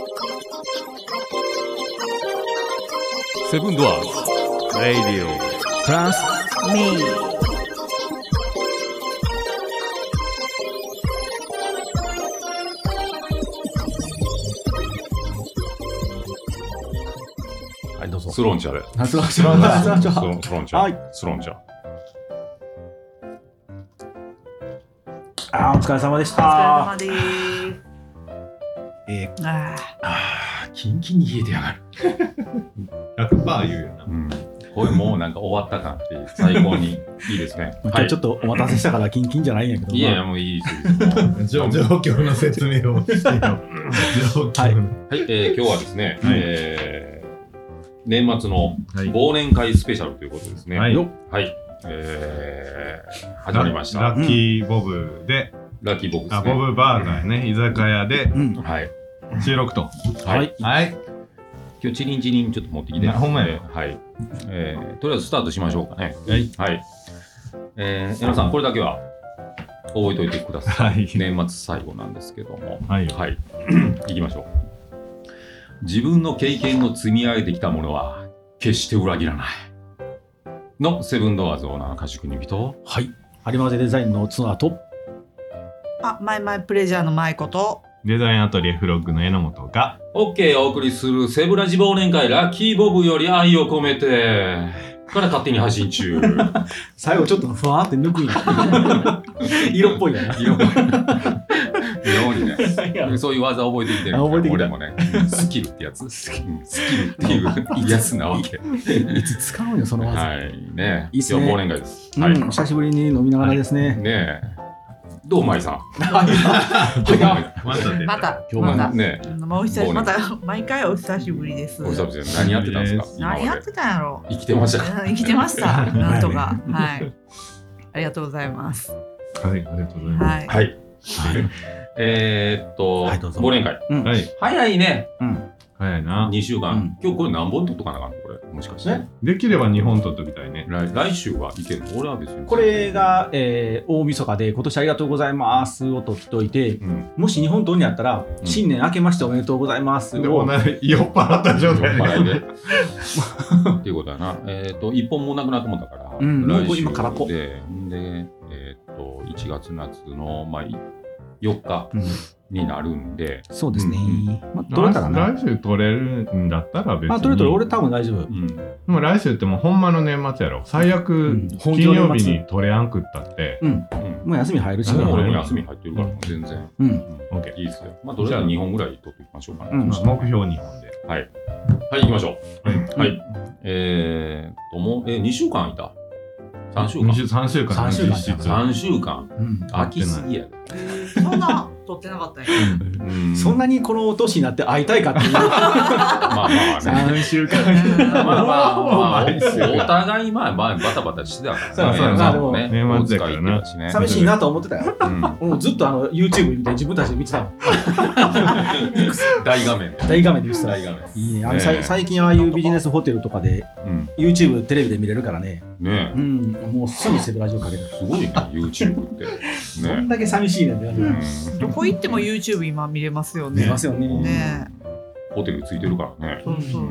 セブンドアーズラディオプラスメイはいどうぞ。 スロン茶でスロン茶。はい。 スロン茶。 お疲れ様でしおた。 疲れ様です。 キンキンに冷えてやがる。 100% 言うよな。 これもうなんか終わった感って最高にいいですね。 今日ちょっとお待たせしたからキンキンじゃないんやけど。 いやもういいですよ。 状況の説明をしてよ。状況の。 はい、今日はですね、 はい年末のはい忘年会スペシャルということですね。 はいはい、始まりました。 ラッキーボブで、 ラッキーボブですね。 ボブバーガーね、居酒屋ではい。 収録と。 はい。 はい。 今日チリンチリンちょっと持ってきてますほんまや。 はい。とりあえずスタートしましょうかね。 はい。 はい。江野さん、これだけは覚えておいてください。 はい年末最後なんですけども。 はいはい。いきましょう。自分の経験を積み上げてきたものは決して裏切らない。のセブンドアーズオーナーの歌手国人。 はい。有馬ゼデザインのツアーと。 マイマイプレジャーのマイコと。 デザインアトリエフロッグの榎本が、 OK お送りするセブラジ忘年会ラッキーボブより愛を込めてから勝手に配信中。 最後ちょっとふわーって抜くんや。色っぽいやな。 色っぽい。妙にね、そういう技覚えてきてる。 覚えてきた俺もね、スキルってやつ。スキルっていうやつなわけ。 いつ使うよその技。 はいね。 いいっすね今日忘年会です。 うん、久しぶりに飲みながらですね。 ねえ。どう舞さん。 また今日もね。 もう久しぶりまた毎回お久しぶりです。 お久しぶりです。何やってたんですか。 何やってたんやろ。 生きてました。 生きてました。なんとか。はい。ありがとうございます。 はい、ありがとうございます。 はい。 はい。忘年会。 うん。 はい。 早いね。 うん。 早いな。 2週間。今日これ何本取っとかなあかんのこれ。もしかして。 できれば2本撮っときたいね。 来週はいけるの？俺は別に。 これが、大晦日で今年ありがとうございますをとっといて、もし日本撮るんやったら、新年明けましておめでとうございますでも酔っ払った状態で。 っていうことだな。1本もなくなってもんだから。 もう来週今空っぽ。 で、1月夏の、4日になるんで。 そうですね。撮れたらな。 来週撮れるんだったら別に。 撮れ俺多分大丈夫。 でも来週ってもうほんまの年末やろ。最悪、金曜日に撮れやんくったって。 もう休み入るし。 俺も休み入ってるから全然。 OK。 いいっすよ。とりあえず2本ぐらい撮っていきましょうかね。 目標2本で。 はい。はい、行きましょう。はい。もう、2週間いた ?3 週間 ?3 週間。 3週間。飽きすぎや。 そんな撮ってなかったんや。 そんなにこの年になって会いたいかっていう。 まあね。 3週間。 お互いバタバタしてたからね。 年末だからな。 寂しいなと思ってたよ。ずっとYouTube 見て自分たちで見てたの。 大画面で見てた。いいね。最近ああいうビジネスホテルとかで YouTube テレビで見れるからね。 ね。 もうすぐセブラジオかける。 すごいね YouTube って。 そんだけ寂しいねんだよね。 どこ行っても YouTube 今見れますよね。 見ますよね。 ね。 ホテルついてるからね。 そうそう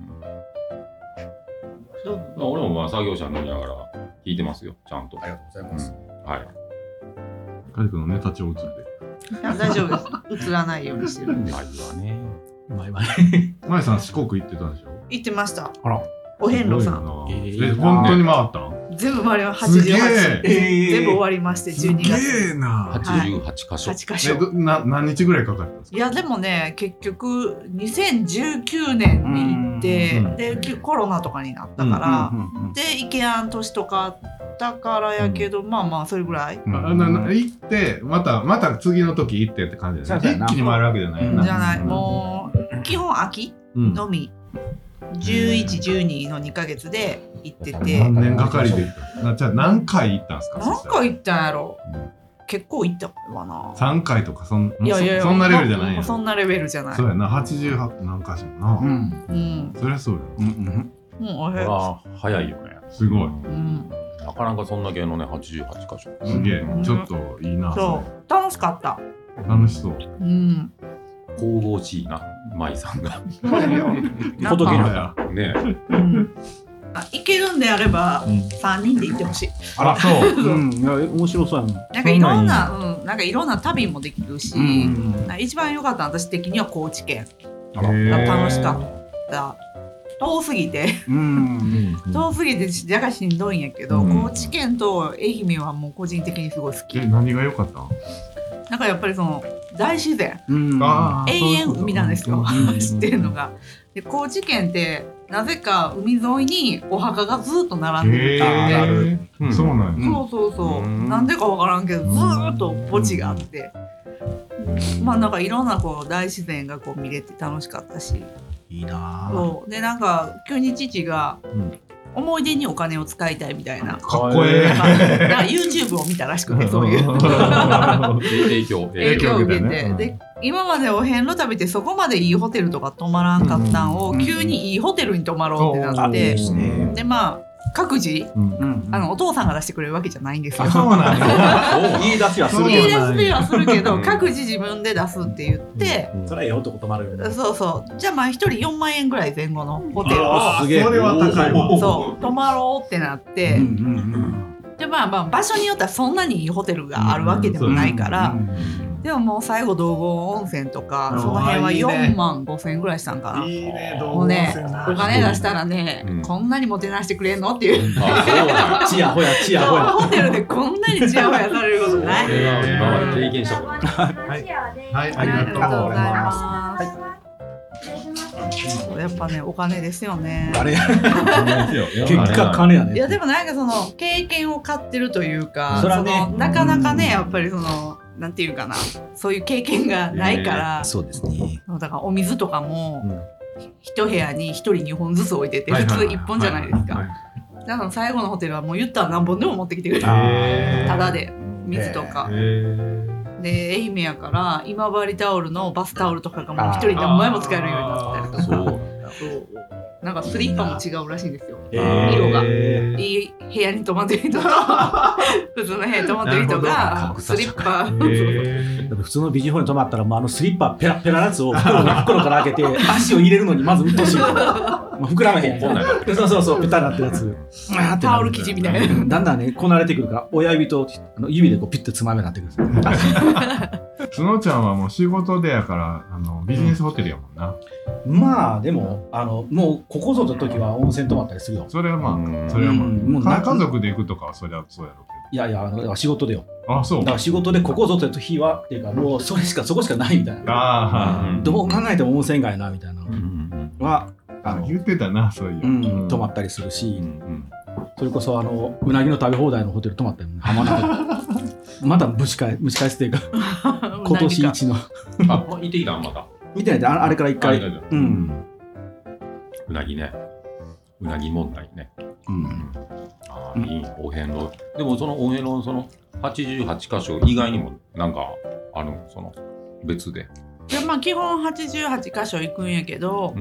そう。俺も作業者飲みながら聞いてますよ、ちゃんと。 ありがとうございます。 はい。 カジ君のね、立ち落ちるで。大丈夫です。映らないようにしてるんで。 前はね。 前さん四国行ってたでしょ？ 行ってました。 あら。 お遍路さん。 本当に回ったん？ 全部回りました。88。全部終わりまして12月。 すげえな。 88箇所。 8箇所。 何日ぐらいかかったんですか？ いやでもね結局2019年に行ってでコロナとかになったからで行けやん年とかあったからやけどまあそれぐらい。 行ってまた次の時行ってって感じですね。一気に回るわけじゃない。 じゃない。もう基本秋のみ。11、12の2ヶ月で行ってて。 何年がかりで行った？じゃあ何回行ったんですか？ 何回行ったんやろ？結構行ったわな。 3回とかそんなレベルじゃないやん。 そんなレベルじゃない。 そうやな、88何回しもな。そりゃそうよ。早いよね。 すごい。 なかなかそんだけのね、88箇所。 すげえ。ちょっといいな。 そう。楽しかった。 楽しそう。 神々しいな、舞さんが。 仏なんだかね行けるんであれば3人で行ってほしい。 あら、そう。 いや面白そうやもん。 なんかいろんな、なんかいろんな旅もできるし、 うんなんか一番良かった私的には高知県あらが楽しかった。遠すぎて遠すぎて若干しんどいんやけど、高知県と愛媛はもう個人的にすごい好き。 何が良かった？ なんかやっぱりその大自然、 あー永遠海なんですよ、知ってるのが。で高知県ってなぜか海沿いにお墓がずっと並んでるっていうそうなんや。 そうそう、なんでかわからんけどずーっと墓地があって、まあなんかいろんなこう大自然がこう見れて楽しかったし、 いいなぁ。 そうでなんか急に父が思い出にお金を使いたいみたいな、 かっこええ。 なんか YouTube を見たらしくて、そういう影響を受けて、 ねで今までお遍路旅ってそこまでいいホテルとか泊まらんかったんを、急にいいホテルに泊まろうってなって、でまあ各自お父さんが出してくれるわけじゃないんですよ。 そうなんだ。 言い出しはする言い出よ。 しはするけど各自自分で出すって言って、 それはええ男泊まるよね。 そうそうじゃあまあ1人4万円ぐらい前後のホテルをすげえ。 それは高いわ。 そう泊まろうってなって、でまあ場所によってはそんなにいいホテルがあるわけでもないから、でももう最後道後温泉とかその辺は4万5千円ぐらいしたんかな。 いいね、 もうねお金出したらね、こんなにもてなしてくれんのっていうちやほやちやほや。 ホテルでこんなにちやほやされることない。 これは今まで経験したことない。 はい、ありがとうございます。 やっぱねお金ですよね。 あれ結結果金やね。 いやでもなんかその経験を買ってるというか、 そらねのなかなかねやっぱりそのなんていうかな、そういう経験がないから、 そうですね。 だからお水とかも一部屋に1人2本ずつ置いてて、普通1本じゃないですか。だから最後のホテルはもう言ったら何本でも持ってきてくれる、ただで水とか。で愛媛やから今治タオルのバスタオルとかがもう1人何枚も使えるようになったりとか、そうなんかスリッパも違うらしいんですよ、色が。いい部屋に泊まってる人と普通の部屋に泊まってる人がスリッパ普通のビジホに泊まったらもうスリッパペラペラのやつを袋から開けて足を入れるのにまずうっとしい。膨らめへん。そうペタになってるやつ。 タオル生地みたいな。 だんだんねこなれてくるから親指と指でこうピッてつまめになってくるんですよ。 つのちゃんはもう仕事でやからビジネスホテルやもんな。 まあでももうここぞと時は温泉泊まったりするよ。 それはまあ家族で行くとかはそりゃそうやろうけど。 いや仕事でよ。 あ、そう。 だから仕事でここぞという日はっていうかもうそこしかないみたいな。どう考えても温泉街なみたいなのは言ってたな、そういう泊まったりするし、それこそうなぎの食べ放題のホテル泊まったよね、浜名湖。まだ蒸し返すっていうか今年一のあ、行ってきたんまた。 見てないであれから一回。 うなぎね、うなぎ問題ね。いいお遍路。でもそのお遍路のその88箇所以外にもなんかあるその別で。 いやまあ基本88箇所行くんやけど、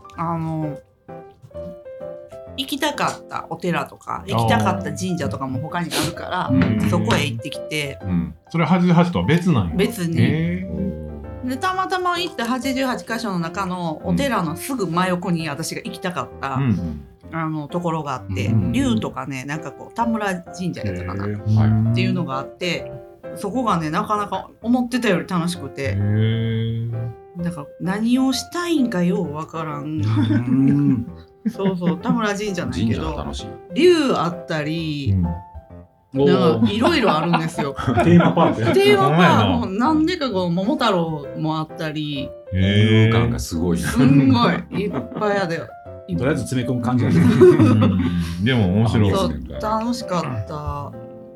行きたかったお寺とか行きたかった神社とかも他にあるから、そこへ行ってきて、 それ88とは別なんや。 別にでたまたま行った88箇所の中のお寺のすぐ真横に私が行きたかった、ところがあって、龍とかね、なんかこう田村神社やったかな、っていうのがあって、そこがねなかなか思ってたより楽しくて、だから何をしたいんかようわからん。そう田村神社なんやけど龍あったり、いろいろあるんですよ。 テーマパーク。 テーマパークもなんでかこう桃太郎もあったり、 遊感がすごい。 すんごいいっぱいやで。 とりあえず詰め込む感じだね。 でも面白い。 楽しかった。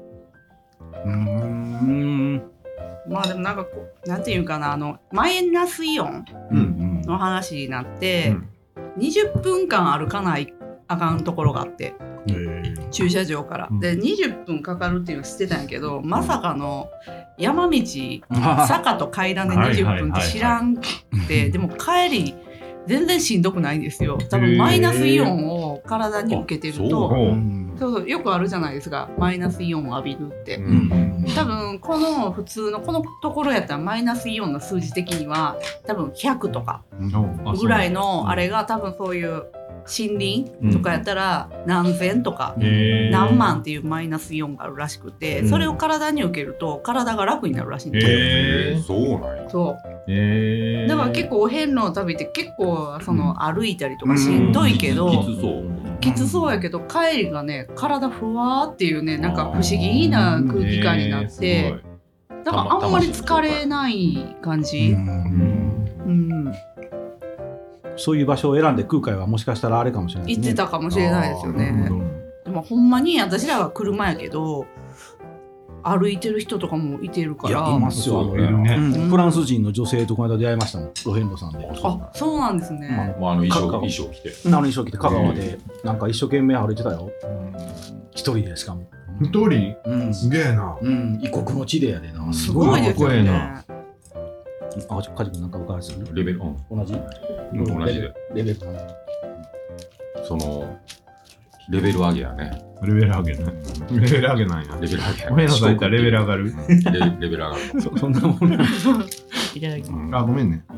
まあでもなんかこうなんていうかな、マイナスイオンの話になって、20分間歩かないあかんところがあって、駐車場からで20分かかるっていうの知ってたんやけど、まさかの山道坂と階段で20分って知らんくて、でも帰り全然しんどくないんですよ。多分マイナスイオンを体に受けてるとそうよくあるじゃないですか、マイナスイオンを浴びるって、多分この普通のこのところやったらマイナスイオンの数字的には多分100とかぐらいのあれが、多分そういう森林とかやったら何千とか何万っていうマイナスイオンがあるらしくて、それを体に受けると体が楽になるらしいんですよ。 そうなんや。 そう、だから結構お遍路の旅って結構その歩いたりとかしんどいけど、きつそうやけど帰りがね体ふわーっていうね、なんか不思議な空気感になって、だからあんまり疲れない感じ。 そういう場所を選んで空海はもしかしたらあれかもしれないですね。 行ってたかもしれないですよね。でもほんまに私らは車やけど歩いてる人とかもいてるから。 いやいますよ、フランス人の女性とこの間出会いましたもん、お遍路さんで。 あ、そうなんですね。 衣装着て衣装着て香川でなんか一生懸命歩いてたよ、一人で。しかも一人、すげえな。 異国の地でやでな。 すごいですよね。 あ、カジ君なんか分かるする？ レベル同じでレベルそのレベル上げやね。 レベル上げね。レベル上げなんや。 レベル上げ。 お遍路さんいったらレベル上がる。 レベル上がる。 そんなもん。 いただきます。 あ、ごめんね。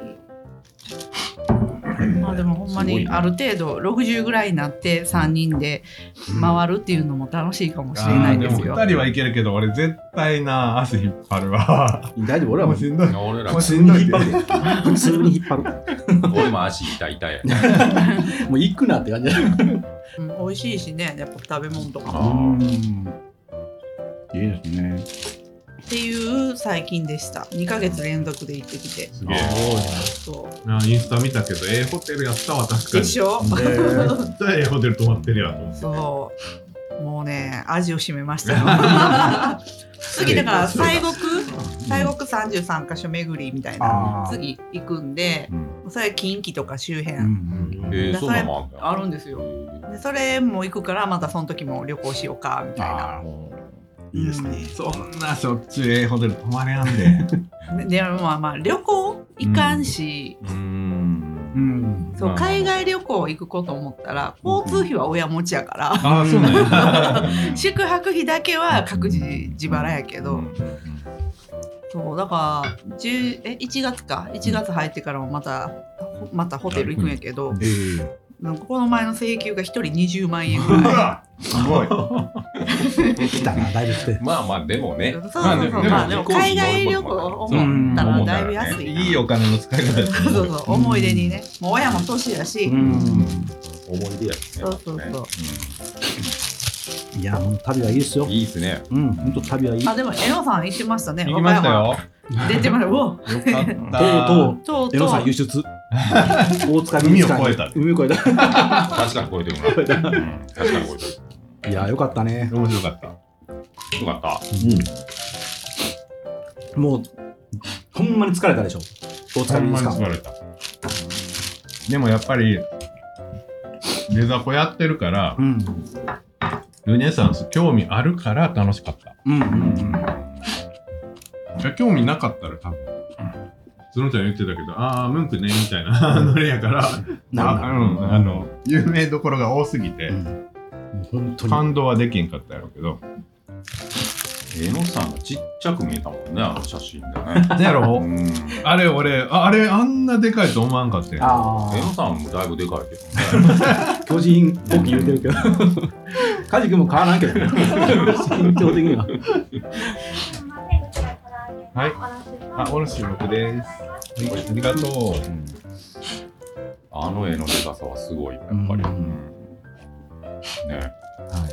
まあでもほんまにある程度60ぐらいになって3人で回るっていうのも楽しいかもしれないですよ。 でも2人はいけるけど俺絶対な足引っ張るわ。 大丈夫、俺はもうしんどい。 俺ら普通に引っ張る。普通に引っ張る。 俺も足痛いや。 もう行くなって感じ。 美味しいしね、やっぱ食べ物とかも。 いいですね。 っていう最近でした。2ヶ月連続で行ってきて。 すげえ。 そう。 インスタ見たけど、ホテルやったわ、確かに。 でしょ？ 絶対ホテル泊まってるやんと思って。 そう。もうね、味を占めましたよ。次だから西国33カ所巡りみたいな次行くんで、それ近畿とか周辺。 そんなもんあるんですよ。でそれも行くからまたその時も旅行しようかみたいな。 いいですね。 そんなしょっちゅうホテル泊まれやんで。 でもまあ旅行行かんし、そう海外旅行行くこと思ったら交通費は親持ちやから、 ああそうね。 宿泊費だけは各自自腹やけど、そうだから1月入ってからもまたホテル行くんやけど。この前の請求が1人20万円ぐらい。 すごい。 来たな、だいぶ来て。 まあまあでもね。 でも海外旅行思ったらだいぶ安い。 いいお金の使い方です。 そうそう、思い出にね。もう親も年やし。 思い出やね。 そうそうそう。 いや、もう旅はいいですよ。 いいですね。 本当旅はいい。 あ、でもエノさん行ってましたね。 行きましたよ。 出てました。うわ。 よかった。 とうエノさん輸出。大塚海を越えた。 海を越えた。 確かに超えてるな。確かに超えてる。 いや、よかったね。 面白かった。 よかった。 もうほんまに疲れたでしょ。大塚美術館。 疲れた。でもやっぱりデザコやってるから、ルネサンス興味あるから楽しかった。興味なかったら多分。そのちゃん言ってたけど、ムンクねみたいなノリやから、有名どころが多すぎて、本当に感動はできんかったやろうけど。 えのさんがちっちゃく見えたもんね、あの写真でね。 やろ？あれ俺、あれあんなでかいと思わんかったよ。 えのさんもだいぶでかいけどね。 巨人大きい言うてるけど、カジ君も変わらんけどね。身長的には。 はい。おろし僕です。ありがとう。 あの絵のでかさはすごい、やっぱり。ね。 はい。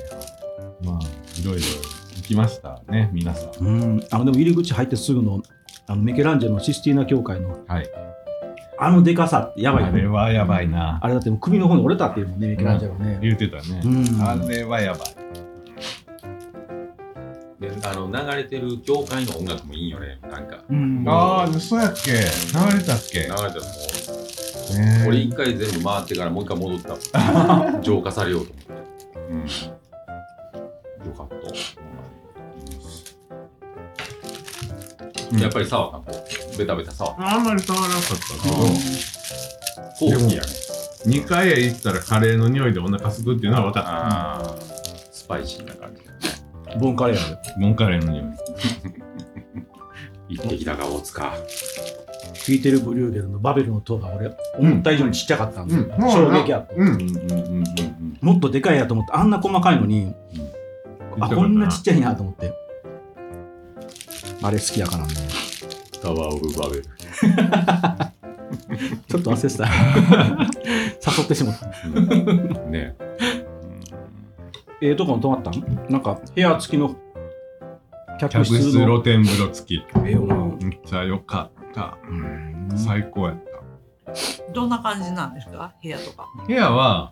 まあ、いろいろ行きましたね、皆さん。 でも入り口入ってすぐのミケランジェロのシスティーナ教会の、あのでかさってやばいよね。 あれはやばいな。 あれだってもう首の方に折れたっていうもんね、ミケランジェロね。 言ってたね。あれはやばい。 で流れてる教会の音楽もいいよね、なんか。 そうやっけ？流れたっけ？ 流れたもう。俺一回全部回ってからもう一回戻った。浄化されようと思って。よかった。やっぱり触ったベタベタ触った。 あんまり触らなかったけど。 好きやね。 2回へ行ったらカレーの匂いでお腹すくっていうのは分かった。 パイシーな感じだね。 ボンカレーやで。 ボンカレーの匂い。 行ってきたか大塚。 ピーテル・ブリューゲルのバベルの塔が俺思った以上にちっちゃかったんで、衝撃やった。もっとでかいやと思って、あんな細かいのに、あ、こんなちっちゃいなと思って。あれ好きやからね。 タワー・オブ・バベル。 ちょっと焦ってた。誘ってしまった。 ねとこに泊まったん？なんか部屋付きの客室露天風呂付き。 よな。 めっちゃ良かった。最高やった。 どんな感じなんですか、部屋とか。 部屋は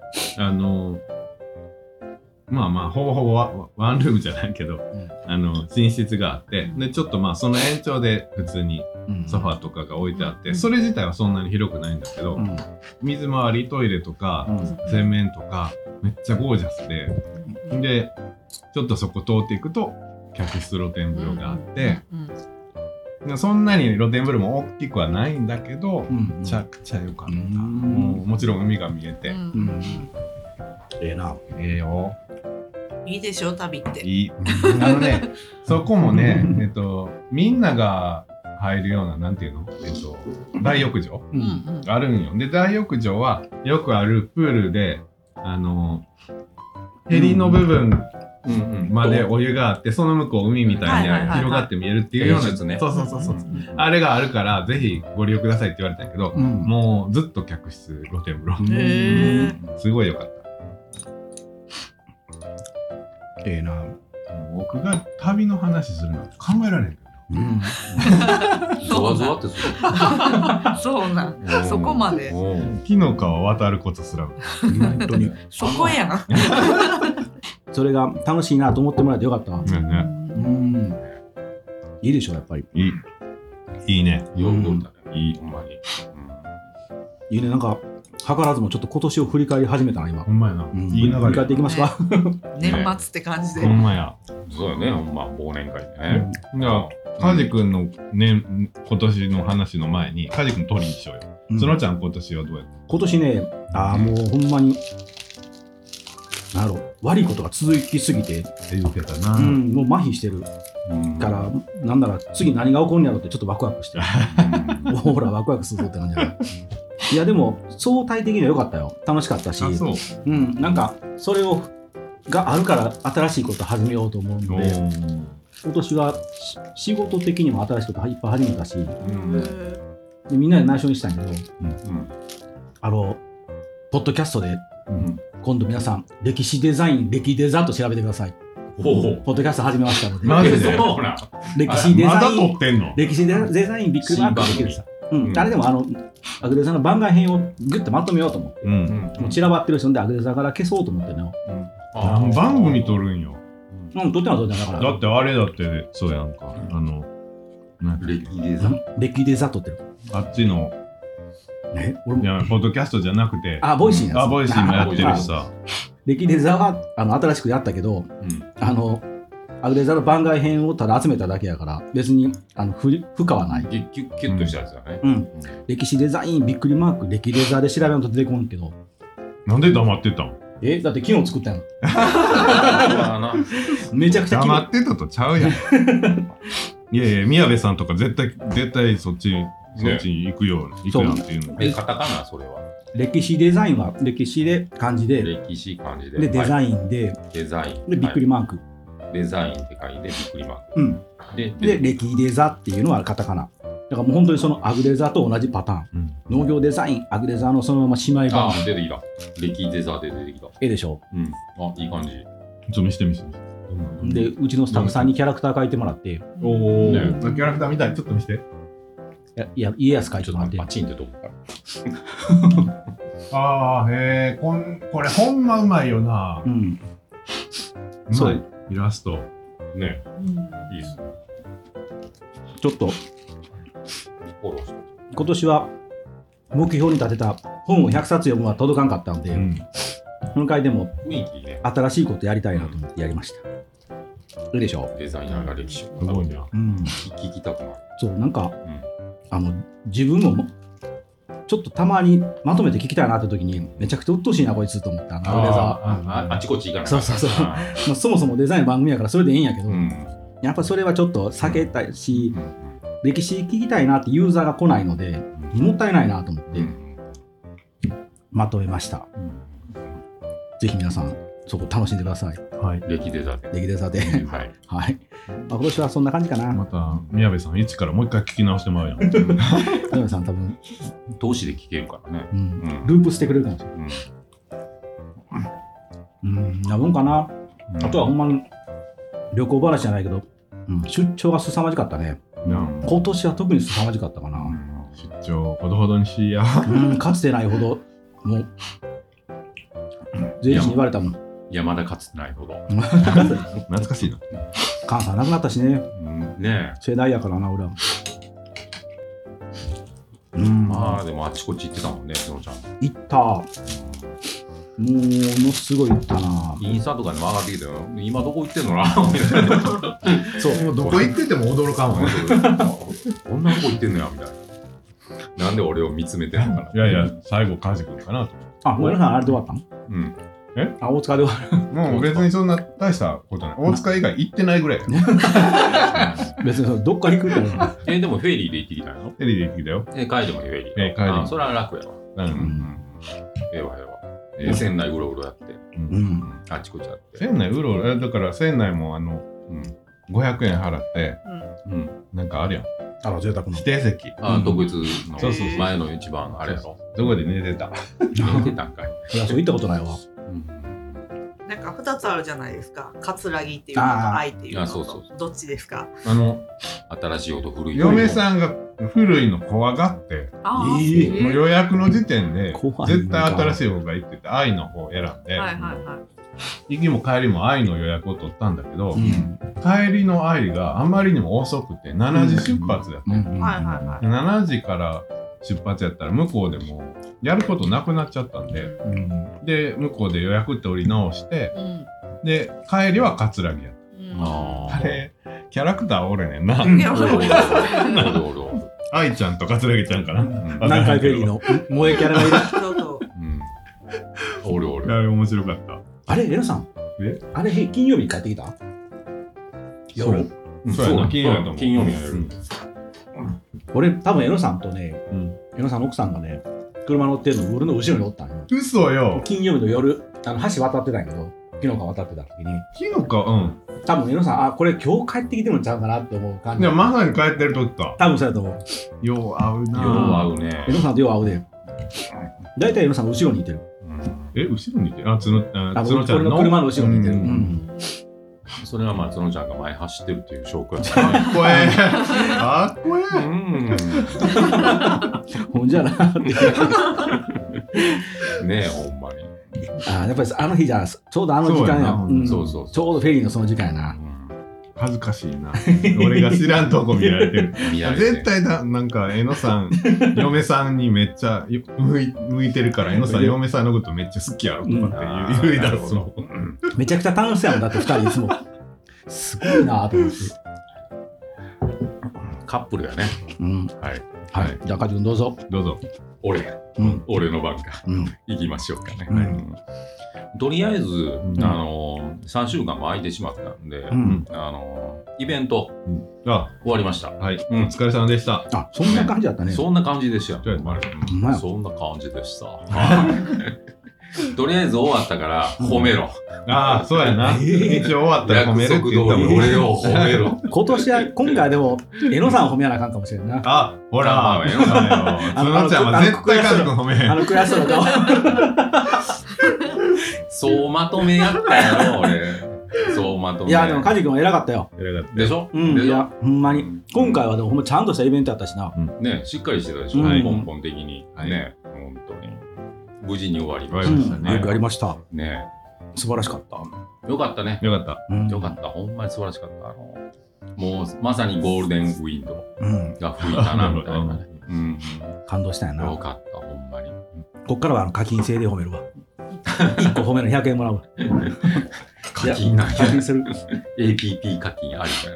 まあまあほぼほぼワンルームじゃないけど、寝室があって、でちょっとまあその延長で普通にソファーとかが置いてあって、それ自体はそんなに広くないんだけど、水回りトイレとか洗面とかめっちゃゴージャスで、ちょっとそこ通っていくと客室露天風呂があって、そんなに露天風呂も大きくはないんだけど、めちゃくちゃ良かった。もちろん海が見えて、 ええな。 ええよ。 いいでしょ、旅って。 いい。そこもね、みんなが入るような、なんていうの、大浴場があるんよ。で、大浴場はよくあるプールで、ヘリの部分までお湯があって、その向こう海みたいに広がって見えるっていうような、そう。あれがあるから、ぜひご利用くださいって言われたんやけど、もうずっと客室露天風呂。すごいよかった。 ええな。 僕が旅の話するのは考えられへん。 ゾワゾワってする。 そうなん。そこまで。 木の皮渡ることすら。 本当に。 そこやん。 それが楽しいなと思ってもらえてよかったわ。いいでしょ、やっぱり。 いいね。 よく動いたね。 いい。 ほんまに。 いいね、なんか図らずもちょっと今年を振り返り始めたな今。 ほんまやな。 いい流れ。振り返っていきますか。 年末って感じで。 ほんまや。 そうよね、ほんま忘年会ね。 じゃあカジ君の今年の話の前にカジ君取りにしようよ。つのちゃん今年はどうやった？ 今年ね、もうほんまに悪いことが続きすぎて言うけたな。 もう麻痺してるからなんなら次何が起こるんやろってちょっとワクワクしてほらワクワクするぞって感じだ。いやでも相対的には良かったよ。楽しかったし、なんかそれがあるから新しいこと始めようと思うので、今年は仕事的にも新しいこといっぱい始めたし、でみんなで内緒にしたんやけど、ポッドキャストで、今度皆さん歴史デザイン歴デザと調べてください。ポッドキャスト始めましたので。 マジで歴史デザインまだ撮ってんの？ 歴史デザインびっくりマークできるさ。あれでもアグレザの番外編をグッとまとめようと思って、もう散らばってる人でアグレザから消そうと思ってね。 何番組撮るんよ。 撮っては撮ってないから。 だってあれだってそうやんか。 歴デザ撮ってる。 あっちのいやポッドキャストじゃなくて、 ボイシーのやつ。 ボイシーもやってるしさ。 歴デザは新しくやったけど、アグレザの番外編をただ集めただけやから別に負荷はない。 キュッとしたやつだね。 歴史デザインびっくりマーク歴デザで調べると出てこんけど。 なんで黙ってたん？ だって昨日作ったやん。めちゃくちゃ黙ってたとちゃうやん。いや宮部さんとか絶対そっちに行くよっていうの。 カタカナそれは。 歴史デザインは歴史で漢字で、 歴史漢字で。 でデザインで、 デザインでびっくりマーク。 デザインって書いてびっくりマーク。 で歴デザっていうのはカタカナ。だからもう本当にそのアグレザと同じパターン。農業デザイン、アグレザのそのまま姉妹版。 出てきた。歴デザで出てきた。 でしょ。 いい感じ。 ちょっと見せて。 で、うちのスタッフさんにキャラクター描いてもらって。 キャラクターみたい。ちょっと見せて。 いや、家康描いてもらって。 バチンってどこからこれほんまうまいよな。そう。イラスト。 ね。いいっすね。 ちょっと今年は目標に立てた本を100冊読むのは届かんかったので、その回でも新しいことやりたいなと思ってやりました。いいでしょ？ デザイナーが歴史をすごいな。 聞きたくなる。 そうなんか自分もちょっとたまにまとめて聞きたいなって時にめちゃくちゃ鬱陶しいなこいつと思ってアウレザあっちこっち行かないそうそうそうまあそもそもデザインの番組やからそれでいいんやけど、 うんやっぱそれはちょっと避けたいし、歴史聞きたいなってユーザーが来ないのでもったいないなと思ってまとめました、ぜひ皆さんそこ楽しんでください。 はい。 歴デザで。 歴デザで。 はい。 はい。まあ、今年はそんな感じかな。 また、宮部さん、一からもう一回聞き直してもらうやん。 宮部さん、多分。 投資で聞けるからね。 うん。ループしてくれるかもしれない。なもんかな。あとはほんまに旅行話じゃないけど、出張が凄まじかったね。今年は特に凄まじかったかな。 出張、ほどほどにしや。 かつてないほど、もう、税理士に言われたもん。 いや、まだかつてないほど。 懐かしいな。 関西なくなったしね。 ね世代やからな、俺は。 まあ、でもあっちこっち行ってたもんね、そのちゃん。 行った。ものすごい行ったな。 インスタとかにも上がってきたよ。今どこ行ってんのなそう、どこ行ってても驚かんわね。 こんなとこ行ってんのや、みたいな。なんで俺を見つめてんのかな。 いやいや、最後、カジ君かなと。 あ、もう皆さんあれで終わったの？大塚で終わる。 もう別にそんな大したことない。大塚以外行ってないぐらい。 別にどっか行くってでもフェリーで行ってきたの？ フェリーで行ってきたよ。 帰りもフェリー。 帰りも。 それは楽やわ。ええわ。船内うろうろやって。あっちこっちやって。 船内うろうろ、だから船内も500円払って、なんかあるやん。 贅沢の指定席。 特別の前の一番あれやろ。 どこで寝てた。 寝てたんかい。 いや、そう行ったことないわ。 なんか2つあるじゃないですか。葛城っていうのと愛っていうのと。どっちですか？ 新しい音古い。 嫁さんが古いの怖がって、もう予約の時点で絶対新しい方がいいって言って愛の方を選んで、行きも帰りも愛の予約を取ったんだけど、帰りの愛があまりにも遅くて7時出発だった。7時から出発やったら向こうでもやることなくなっちゃったんで、で向こうで予約取り直して、で帰りは葛城やった。あれキャラクターおるねんな。愛ちゃんと葛城ちゃんかな。 南海フェリーの萌えキャラがいる。 おるおる。 あれ面白かった。 あれエロさん。あれ金曜日に帰ってきた？ 夜。そうやな、金曜日の夜。 俺多分エノさんとね、エノさんの奥さんがね、車乗ってるの俺の後ろにおったんよ。 嘘よ。 金曜日の夜、橋渡ってたんやけど、昨日か渡ってた時に。 昨日か、 多分エノさん、これ今日帰ってきてるんちゃうかなって思う感じ。 いや、まさに帰ってる時か。 多分そうやと思う。 よう合うな。 よう合うね。 エノさんとよう合うで。大体エノさんの後ろにいてる。 後ろにいてる？つのちゃんの車の後ろにいてる。 それはまあ、つのちゃんが前走ってるっていう証拠やった。 かっこええ。かっこええ。ほんじゃなって。 ねえ、ほんまに。 やっぱりあの日じゃ、ちょうどあの時間や。 ちょうどフェリーのその時間やな。 恥ずかしいな。俺が知らんとこ見られてる。絶対なんか、えのさん、嫁さんにめっちゃ向いてるから、えのさん、嫁さんのことめっちゃ好きやろとかって言い出すの。 めちゃくちゃ楽しそうやもん、だって2人いつも。すごいなぁと思って。 カップルやね。はい。 じゃあ、カジ君どうぞ。 どうぞ。 俺の番か。行きましょうかね。とりあえず、3週間も空いてしまったんで、イベント、終わりました。 はい。お疲れ様でした。 そんな感じだったね。 そんな感じでした。そんな感じでした。とりあえず終わったから褒めろ。 そうやな。一応終わったら褒めるって言ったもん。 俺を褒めろ。 今回でも、えのさん褒めやなあかんかもしれんな。 ほら、えのさんよ。つのちゃんは絶対カジ君褒めへん。 悔しそうな顔。 そうまとめやったやろ、俺。そうまとめ。 いや、でもカジ君は偉かったよ。 でしょ？ いや、ほんまに。今回はでもほんまちゃんとしたイベントやったしな。 ね、しっかりしてたでしょ、根本的に。ね、本当に。無事に終わりましたね。 よくやりました。 ね。 素晴らしかった。 よかったね。 よかった。 よかった。ほんまに素晴らしかった。もうまさにゴールデンウィンドが吹いたなみたいなね。 感動したんやな。 よかった、ほんまに。 こっからは課金制で褒めるわ。1個褒める100円もらうわ。 課金する。 APP 課金あり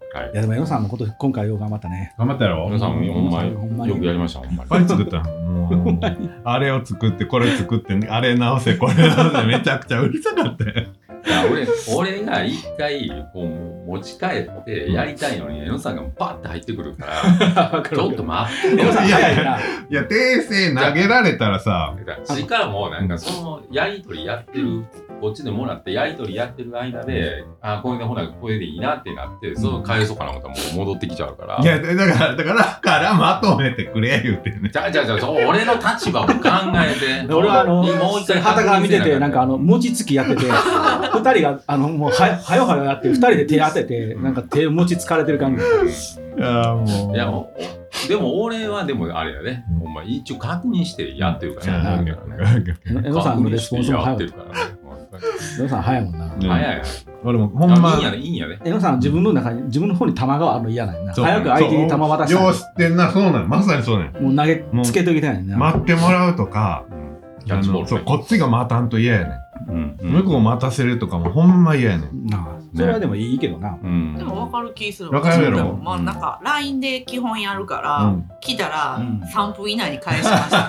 いやでも江野さんのこと今回よう頑張ったね。 頑張ったやろ。 江野さんほんまよくやりました。ほんまに。 いっぱい作ったもうあれを作ってこれ作ってあれ直せこれ直せめちゃくちゃうるさかったよ。 いや俺が一回こう持ち帰ってやりたいのに江野さんがバッて入ってくるからちょっと待って。 江野さん早いな。 いや訂正投げられたらさ。 しかもなんかそのやり取りやってるこっちでもらってやり取りやってる間でこれでほなこれでいいなってなってその返そうかな思ったらもう戻ってきちゃうから。 いやだからまとめてくれ言うてね。 じゃ俺の立場も考えて。 俺はもう一回旗から見ててなんか餅つきやってて2人がもうはよやって2人で手当ててなんか手持ちつかれてる感じ。 いやもう。 いやでも俺はでもあれやね、ほんま一応確認してやってるから。 江野さんのレスポンスも早い。江野さん早いもんな。 早い。 俺もほんま。 いいんやね。 江野さん自分の中に自分の方に球があるの嫌なんやな。早く相手に球渡したい。 よう知ってんな、そうなの。まさにそうね。 もう投げつけときたいねんな。 待ってもらうとか、そうこっちが待たんと嫌やねん。向こう待たせるとかもほんま嫌やねん。 それはでもいいけどな。 でも分かる気する。 分かるやろ。 まあなんか LINE で基本やるから来たら3分以内に返しました。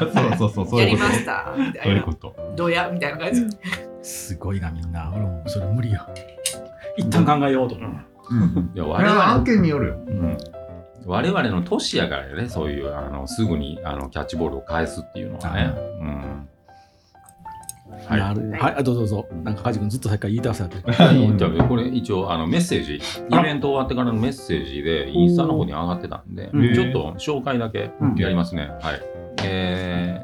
そうやりましたみたいな。 そういうこと。 どうやみたいな感じ。 すごいなみんな。俺もそれ無理よ。一旦考えようと。 いや我々 案件によるよ。 我々の年やからね、そういうすぐにキャッチボールを返すっていうのはね。 はい、どうぞ。なんか梶君ずっとさっきから言いたさって。 これ一応メッセージ、イベント終わってからのメッセージでインスタの方に上がってたんで、ちょっと紹介だけやりますね。はい。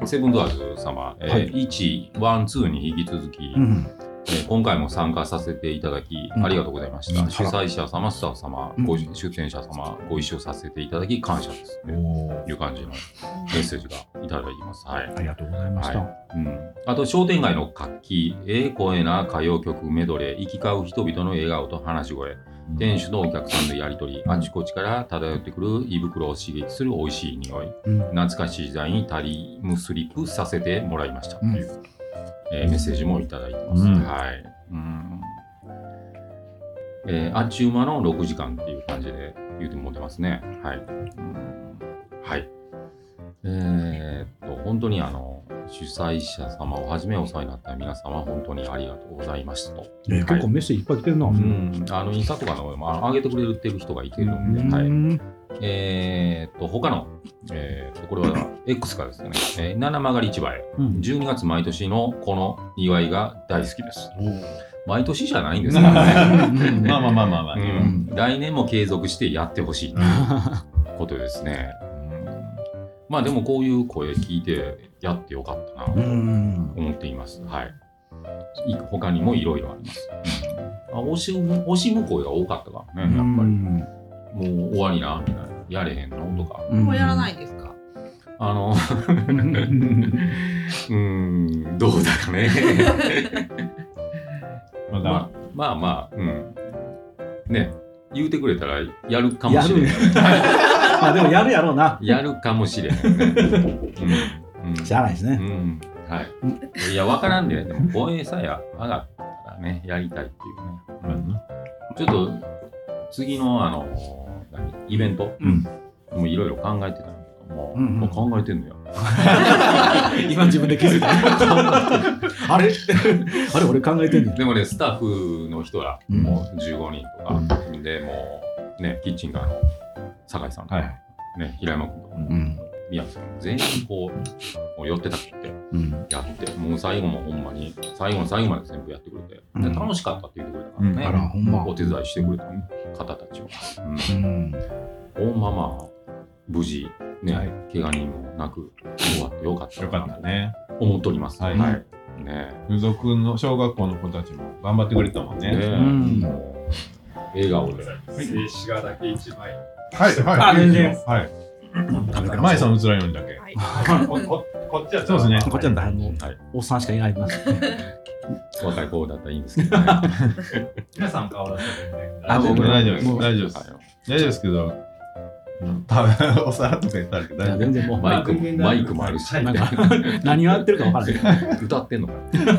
セブンドアーズ様、1、1、2に引き続き、今回も参加させていただきありがとうございました。主催者様、スタッフ様、出演者様、ご一緒させていただき感謝ですという感じのメッセージがいただいています。はい。 ありがとうございました。 あと、商店街の活気、声な歌謡曲メドレー、行き交う人々の笑顔と話し声、店主とお客さんのやりとり、あちこちから漂ってくる胃袋を刺激する美味しい匂い、懐かしい時代にタイムスリップさせてもらいましたという。メッセージもいただいてます。はい。あっちゅう間の6時間っていう感じで言うてもってますね。はい。はい。本当に主催者様をはじめお世話になった皆様、本当にありがとうございましたと。 結構メッセージいっぱい来てるな。 インスタとかの上げてくれてる人がいてるんで、はい。他の、これは X からですね、七曲市場へ、12月毎年のこの祝いが大好きです。毎年じゃないんですけどね。 まあ。 来年も継続してやってほしいということですね。まあでもこういう声聞いてやってよかったなと思っています。はい。他にもいろいろあります。惜しむ声が多かったからね、やっぱり。もう終わりなみたいな。やれへんのとか。 もうやらないですか？ どうだかね。まあ、ね、言うてくれたらやるかもしれない。 まあでもやるやろうな。 やるかもしれないね。 しゃあないですね。 はい。いや、わからんで、でも声さえ上がったらね、やりたいっていうね。ちょっと、次のイベントもいろいろ考えてたんだけどもう考えてんのよ。 今自分で気づいた。あれ俺考えてんのよ。 でもね、スタッフの人らもう15人とかでもうね、キッチンカーの酒井さんとかね、平山君とか宮城さん全員こう寄ってたってやって、もう最後もほんまに最後の最後まで全部やってくれて、楽しかったって言ってくれたからね、お手伝いしてくれた方たちはほんま無事ね、怪我人もなく終わってよかったよかったね、 思っております。はいね、 付属の小学校の子たちも頑張ってくれたもんね。 笑顔で静止画だけ1枚。 はい全然。前さん映らんようにだけ。 こっちはそうですね。 こっちはおっさんしかいないます。 若い子だったらいいんですけど。 皆さん顔出してるんで。 僕大丈夫ですけど。お皿とか言ったら大丈夫。 全然もうマイクもあるし、 何をやってるか分からない。 歌ってんのかな。 す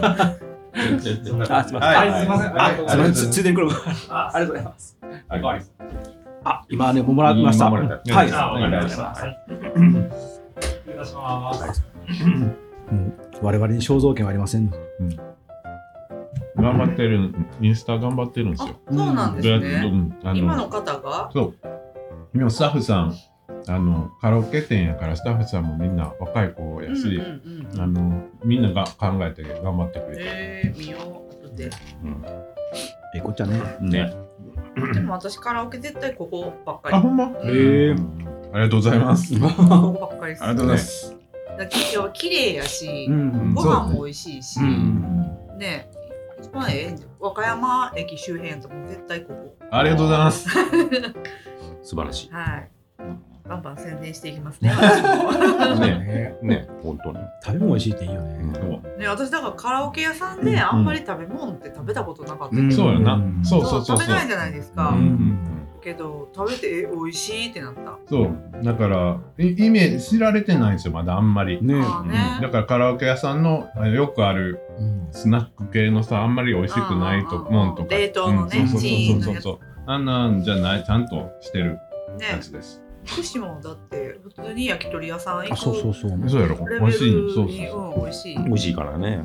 みません。ついでに来る。ありがとうございます。 あ、今ね、もらいました。はい。 お願いします。失礼いたします。 我々に肖像権はありません。 頑張ってる、インスタ頑張ってるんですよ。 そうなんですね。今の方が？ そう。今スタッフさん、カラオケ店やからスタッフさんもみんな若い子やし、みんなが考えて頑張ってくれて。 見よう後で。 こっちはね。 でも私カラオケ絶対ここばっかり。 あ、ほんま？ありがとうございます。 ここばっかりです。 ありがとうございます。 綺麗やし、ご飯も美味しいし、ね、一番和歌山駅周辺とも絶対ここ。 ありがとうございます。 素晴らしい。 はい。バンバン宣伝していきますね。私もね、本当に。 食べ物美味しいっていいよね。 ね、私だからカラオケ屋さんであんまり食べ物って食べたことなかったけど。 そうよな。そう。 食べないじゃないですか。けど食べて美味しいってなった。 そうだからイメージ知られてないんですよ、まだあんまりね。だからカラオケ屋さんのよくあるスナック系のさ、あんまり美味しくないもんとか、 冷凍のね、 そうあんなんじゃない、ちゃんとしてるやつです。 串もだって普通に焼き鳥屋さん行く。 そうやろ、美味しいの。そう美味しい。 美味しいからね。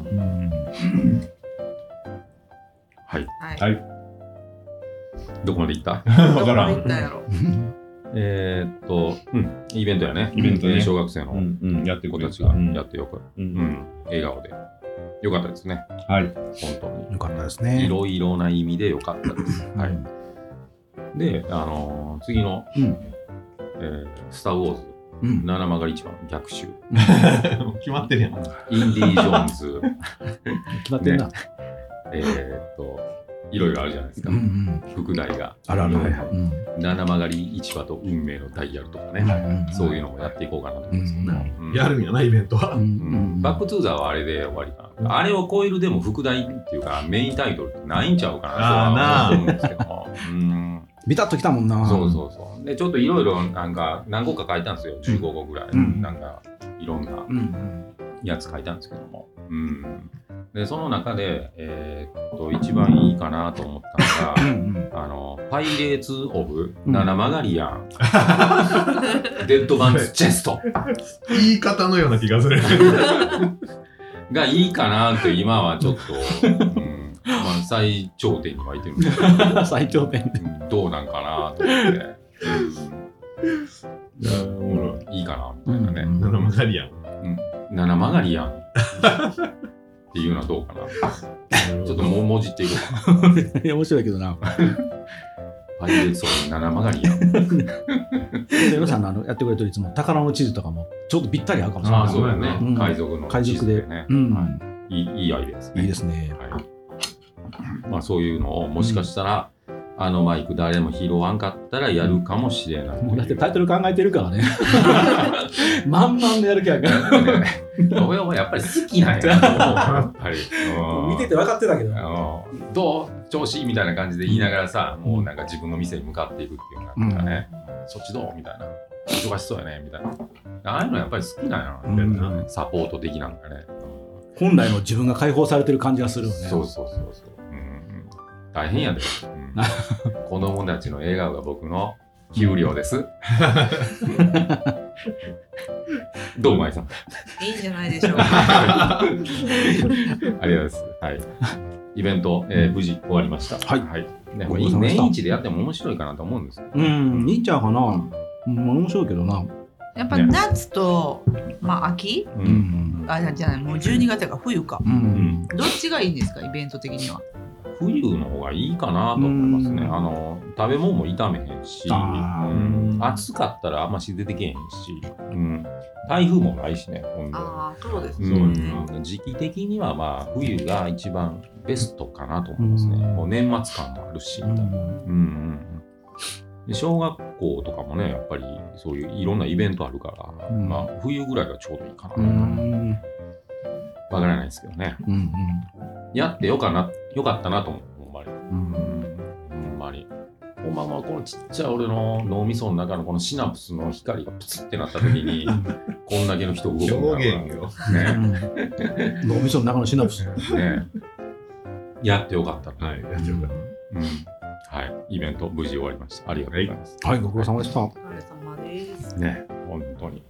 はい。どこまで行った？ わからん。 イベントやね。小学生のやって子たちがやってよく、笑顔でよかったですね。 はい。 本当に。 よかったですね。 いろいろな意味でよかったです。はい。で、次のスター・ウォーズ七曲り市場の逆襲。 決まってるやん。 インディ・ジョーンズ。 決まってるな。 いろいろあるじゃないですか。副題が。 ある。 七曲り市場と運命のダイヤルとかね。そういうのもやっていこうかなと思うんですよね。 やるんやな、イベントは。 バックトゥーザーはあれで終わりかな。あれを超えるでも副題っていうかメインタイトルってないんちゃうかなと思うんですけども。 ビタッときたもんな。 そうでちょっといろいろなんか何個か書いたんですよ。15個ぐらいなんかいろんなやつ書いたんですけども。でその中で一番いいかなと思ったのがパイレーツ・オブ・七曲りやんデッドマンズ・チェスト言い方のような気がするがいいかなって今はちょっと最頂点に湧いてるんで最頂点どうなんかなと思っていいかなみたいなね。 七曲りやん七曲りやんっていうのはどうかな。ちょっともじっていこうかな。 いや面白いけどな。 パイレーツオブ七曲りやん。 皆さんのやってくれてるいつも宝の地図とかもちょっとぴったり合うかもしれない。 そうやね。海賊の地図でね。いいアイデアですね。 いいですね。 まあそういうのをもしかしたらマイク誰も拾わんかったらやるかもしれない。 だってタイトル考えてるからね。満々でやる気やから。 俺はやっぱり好きなんややっぱり。 見てて分かってたけど。 どう調子いいみたいな感じで言いながらさ、もうなんか自分の店に向かっていくっていうなんかね、そっちどうみたいな。忙しそうやねみたいな。ああいうのやっぱり好きなんやな。サポート的なんかね。 本来の自分が解放されてる感じがするよね。 そう。大変やで。子供たちの笑顔が僕の給料です。どうまいさん。 いいんじゃないでしょうか。 ありがとうございます。はい。イベント、無事終わりました。はい。年一でやっても面白いかなと思うんですよ。 いいんちゃうかな。面白いけどな。 やっぱ夏と、秋、じゃない、もう12月やから冬か。どっちがいいんですか、イベント的には。 冬の方がいいかなと思いますね。食べ物も炒めへんし、暑かったらあんまし出てけへんし、台風もないしね。 そうですね。 時期的には冬が一番ベストかなと思いますね。もう年末感もあるし、で小学校とかもね、やっぱりそういういろんなイベントあるから、冬ぐらいがちょうどいいかな。わからないですけどね。やってよかったなと思う、ほんまに。ほんまに。ほんまこのちっちゃい俺の脳みその中のこのシナプスの光がプツってなった時に、こんだけの人動くんだろうな。 表現よ。ね。 脳みその中のシナプス。 ね。やってよかった。 はい、やってよかった。 はい、イベント無事終わりました。ありがとうございます。 はい、ご苦労様でした。 お疲れ様です。 ね、本当に。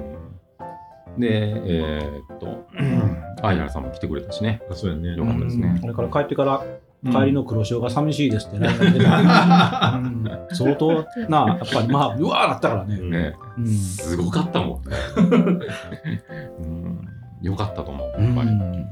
で、相原さんも来てくれたしね。 そうやね。 よかったですね。 あれから帰ってから帰りの黒潮が寂しいですってね。相当な、やっぱりうわーなったからね。 すごかったもんね。よかったと思う、やっぱり。ね。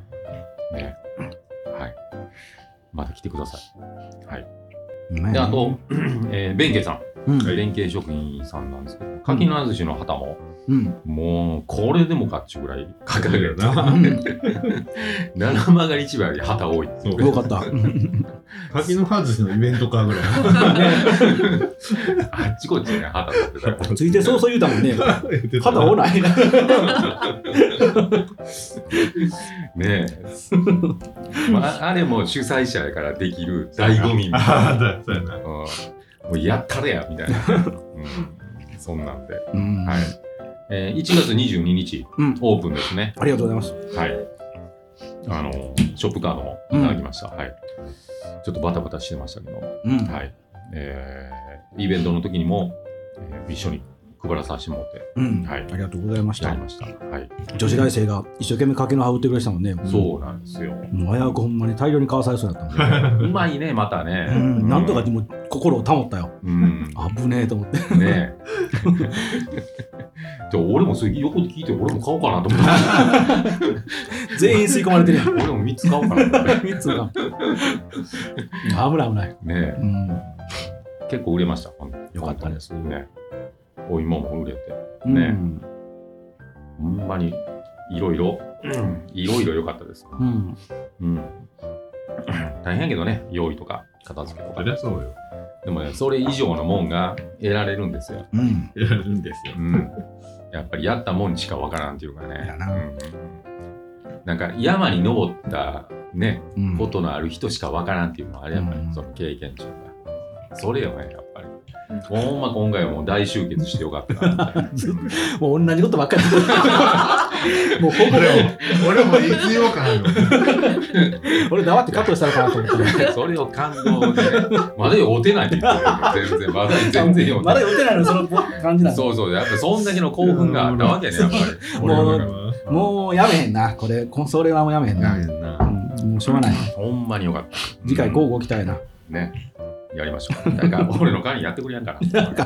はい。また来てください。はい。で、あと、弁慶さん。弁慶食品さんなんですけど、柿の寿司の旗も、もうこれでもかっちゅうぐらい掲げるな。七曲り市場より旗多い。 よかった。 柿の寿司のイベントかぐらい。 あっちこっちね、旗立ってた。 ついてそう言うたもんね。旗多ない。 ねえ。あれも主催者やからできる醍醐味みたいな。 そうやな。 もうやったれやみたいな。そんなんで。はい。1月22日、オープンですね。 ありがとうございます。 はい。ショップカードもいただきました。はい。ちょっとバタバタしてましたけど、はい。イベントの時にも、一緒に配らさせてもらって、はい。 ありがとうございました。 やりました。はい。 女子大生が一生懸命柿の葉売ってくれたもんね。 そうなんですよ。 もう危うくほんまに大量に買わされそうだったもんね。 うまいね、またね。 なんとかでも心を保ったよ。危ねえと思って。ねえ。 俺もそれ横で聞いて、俺も買おうかなと思って。 全員吸い込まれてるやん。 俺も3つ買おうかなと思って。 3つか。危ない危ない。 ねえ。結構売れました。 よかったですね。お芋も売れて。ね。ほんまにいろいろ良かったです。大変やけどね、用意とか片付けとか。 そりゃそうよ。 でもね、それ以上のもんが得られるんですよ。 得られるんですよ。 やっぱりやったもんにしかわからんっていうかね。なんか山に登ったね、ことのある人しかわからんっていうのはあれやっぱりその経験値が。それよね、やっぱり。ほんま今回はもう大集結してよかったな。 もう同じことばっかり。 もう俺もいつ言おうかな。 俺黙ってカットしたのかなと思って。 それを感動で、まだ酔ってないって言ってる全然、まだ酔ってない。 まだ酔ってないのその感じなの。 そうそう、やっぱそんだけの興奮があったわけね、やっぱり。もうやめへんな、これ、それはもうやめへんな。もうしょうがない。 ほんまによかった。 次回交互期待な。 ね。やりましょう。だから俺の代わりにやってくれやんから。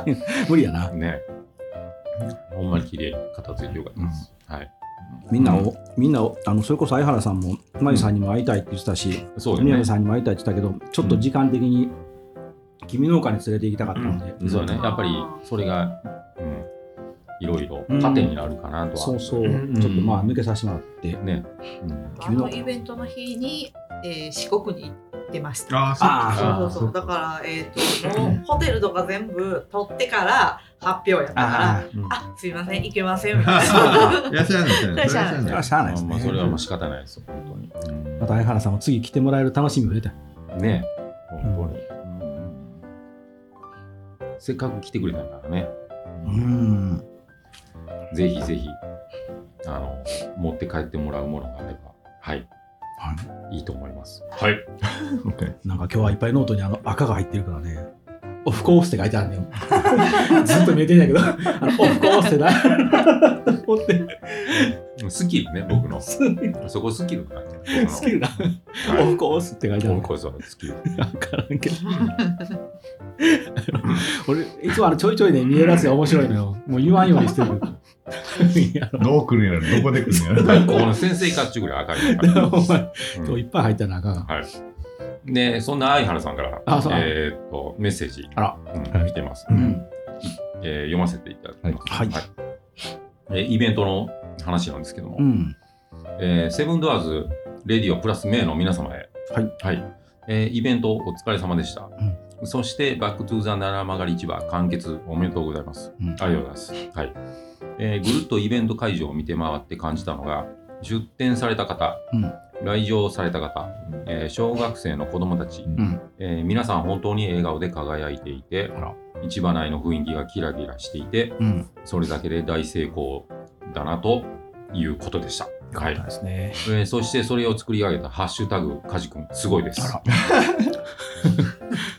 無理やな。 ね。ほんまに綺麗に片付いてよかったです。はい。 みんなそれこそ相原さんもマリさんにも会いたいって言ってたし、宮部さんにも会いたいって言ったけど、ちょっと時間的に君農家に連れて行きたかったので。 そうね。やっぱりそれがいろいろ糧になるかなとは。 そうそう。ちょっと抜けさせてもらってね。 イベントの日に四国に出ました。そうだからもうホテルとか全部取ってから発表やったからすいません行けませんみたいな。 いらっしゃらないしゃあないですね。 それはもう仕方ないです本当に。 また相原さんも次来てもらえる楽しみが出たね。本当にせっかく来てくれたんだからね。ぜひぜひ持って帰ってもらうものがあればいいと思います。はい。 なんか今日はいっぱいノートに赤が入ってるからね。オフコースって書いてあるんだよ。ずっと見えてんだけど、オフコースってな。 スキルね、僕の。そこスキルだな。 スキルだ。オフコースって書いてある。 オフコースはスキル。 わからんけど。俺、いつもちょいちょいね、見えるやつが面白いのよ。もう言わんようにしてる。 どう来るんやろ、どこで来るんやろ。 この先生かっちゅうぐらい赤い。 今日いっぱい入ったな、赤が。 はい。で、そんな相原さんからメッセージ来てます。読ませていただきます。はい。イベントの話なんですけども、セブンドアーズレディオプラスメイの皆様へ、イベントお疲れ様でした。そしてバックトゥーザ七曲市場完結おめでとうございます。ありがとうございます。はい。ぐるっとイベント会場を見て回って感じたのが、出店された方、来場された方、小学生の子どもたち、皆さん本当に笑顔で輝いていて、市場内の雰囲気がキラキラしていて、それだけで大成功だなということでした。 はいですね。 そしてそれを作り上げたハッシュタグカジ君すごいです。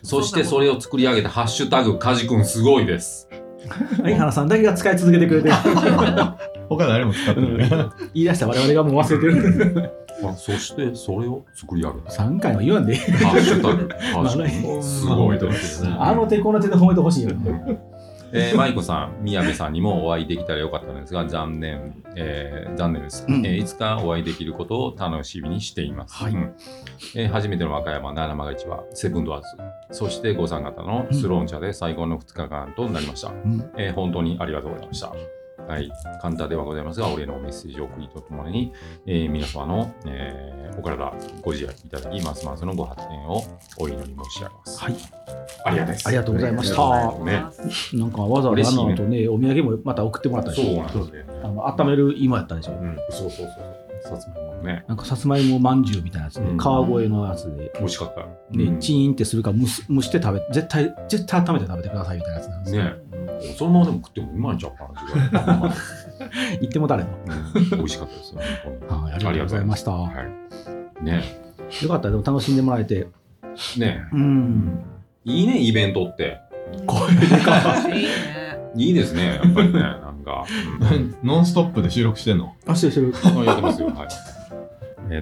そしてそれを作り上げたハッシュタグカジ君すごいです。 相原さんだけが使い続けてくれてる。 他誰も使ってない。 言い出した我々がもう忘れてる。 そしてそれを作り上げた。 3回も言わんで。 ハッシュタグカジ君すごいです。 あの手この手で褒めてほしいよね。 マイコさん、宮部さんにもお会いできたらよかったのですが、残念です、いつかお会いできることを楽しみにしています。はい初めての和歌山7曲市はセブンドアーズ、そしてご参加のスローン茶で最高の2日間となりました。本当にありがとうございました。はい、簡単ではございますが、お礼のメッセージを送りとともに、皆様の、お体ご自愛いただき、ますますのご発展をお祈り申し上げます。はい、ありがとうございます。 ありがとうございました。なんかわざわざあの後ね、お土産もまた送ってもらったりして、そうなんですね。温める芋やったでしょ。 そう。さつまいもね。 なんかさつまいもまんじゅうみたいなやつで、川越のやつで、 美味しかった。 で、チーンってするか蒸して食べ、絶対温めて食べてくださいみたいなやつなんですね。そのままでも食ってもうまいんちゃうかな。 言っても誰の。 美味しかったですよ。 ありがとうございました。 ね。 よかったでも楽しんでもらえて。 ね。いいねイベントって。 声でかい。 いいですねやっぱりねなんか。 ノンストップで収録してんの？ してる。 やってますよ。はい。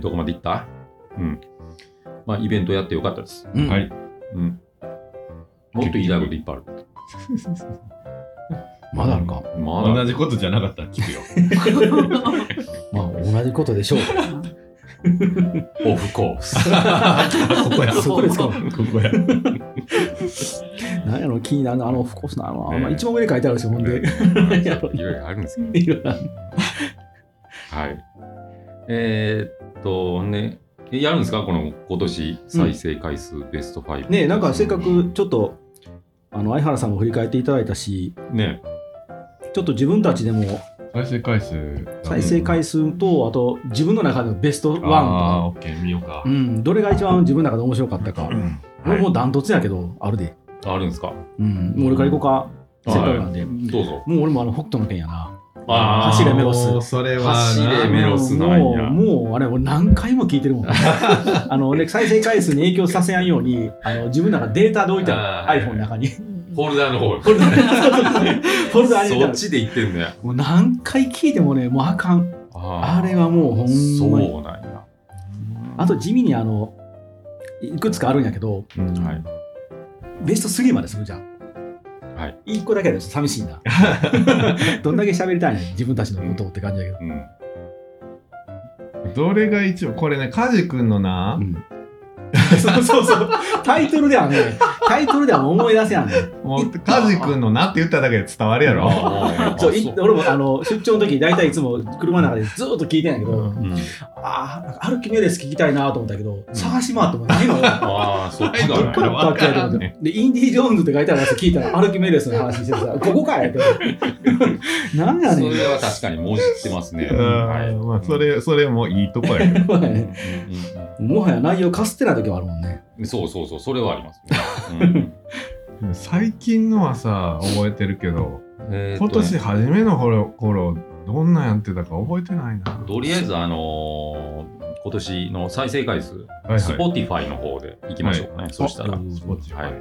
どこまで行った？まあイベントやってよかったです。 はい。 もっと言いたいこといっぱいある。 まだあるか。 同じことじゃなかったら聞くよ。 まあ同じことでしょう。 オフコース。 ここや。そこですか。ここや。何やろ気になるオフコースなの。一番上に書いてあるしほんで。 いろいろあるんですよ。はい。ねやるんですかこの今年再生回数ベスト5。 ねなんかせっかくちょっと相原さんも振り返っていただいたし。ね。ちょっと自分たちでも再生回数とあと自分の中でのベストワンとか見ようか、 どれが一番自分の中で面白かったか、俺もうダントツやけどあるで。 あるんですか。 もう俺から行こうか。せっかくなんでどうぞ。 もう俺も北斗の拳やな。 走れメロス。 それは走れメロスなんや。 もうあれ俺何回も聞いてるもん。再生回数に影響させやんように自分の中データで置いてある iPhone の中に。 フォルダーの方。 フォルダーにそっちで言ってんね。 もう何回聞いてもねもうあかん。あれはもうほんまに。 そうなんや。 あと地味にいくつかあるんやけど、ベスト3までするじゃん。1個だけだと寂しいな。どんだけ喋りたいね自分たちのことって感じだけど。どれが一応これねカジ君のな。 そうタイトルでは思い出せやんね。 もうカジ君のなって言っただけで伝わるやろ。 俺も出張の時大体いつも車の中でずっと聞いてんやけど、アルキメデス聞きたいなと思ったけど、探し回ってもないのよ。 そっちだね。でインディ・ジョーンズって書いてあるやつ聞いたらアルキメデスの話してさ、ここかいって。なんやねん。 それは確かにもじってますね。 それもいいとこやけど。 もはや内容かすってない時はあるもんね。 そうそれはありますね。 最近のはさ覚えてるけど、今年初めの頃どんなんやってたか覚えてないな。 とりあえず今年の再生回数、Spotify の方でいきましょうかね。そしたら Spotify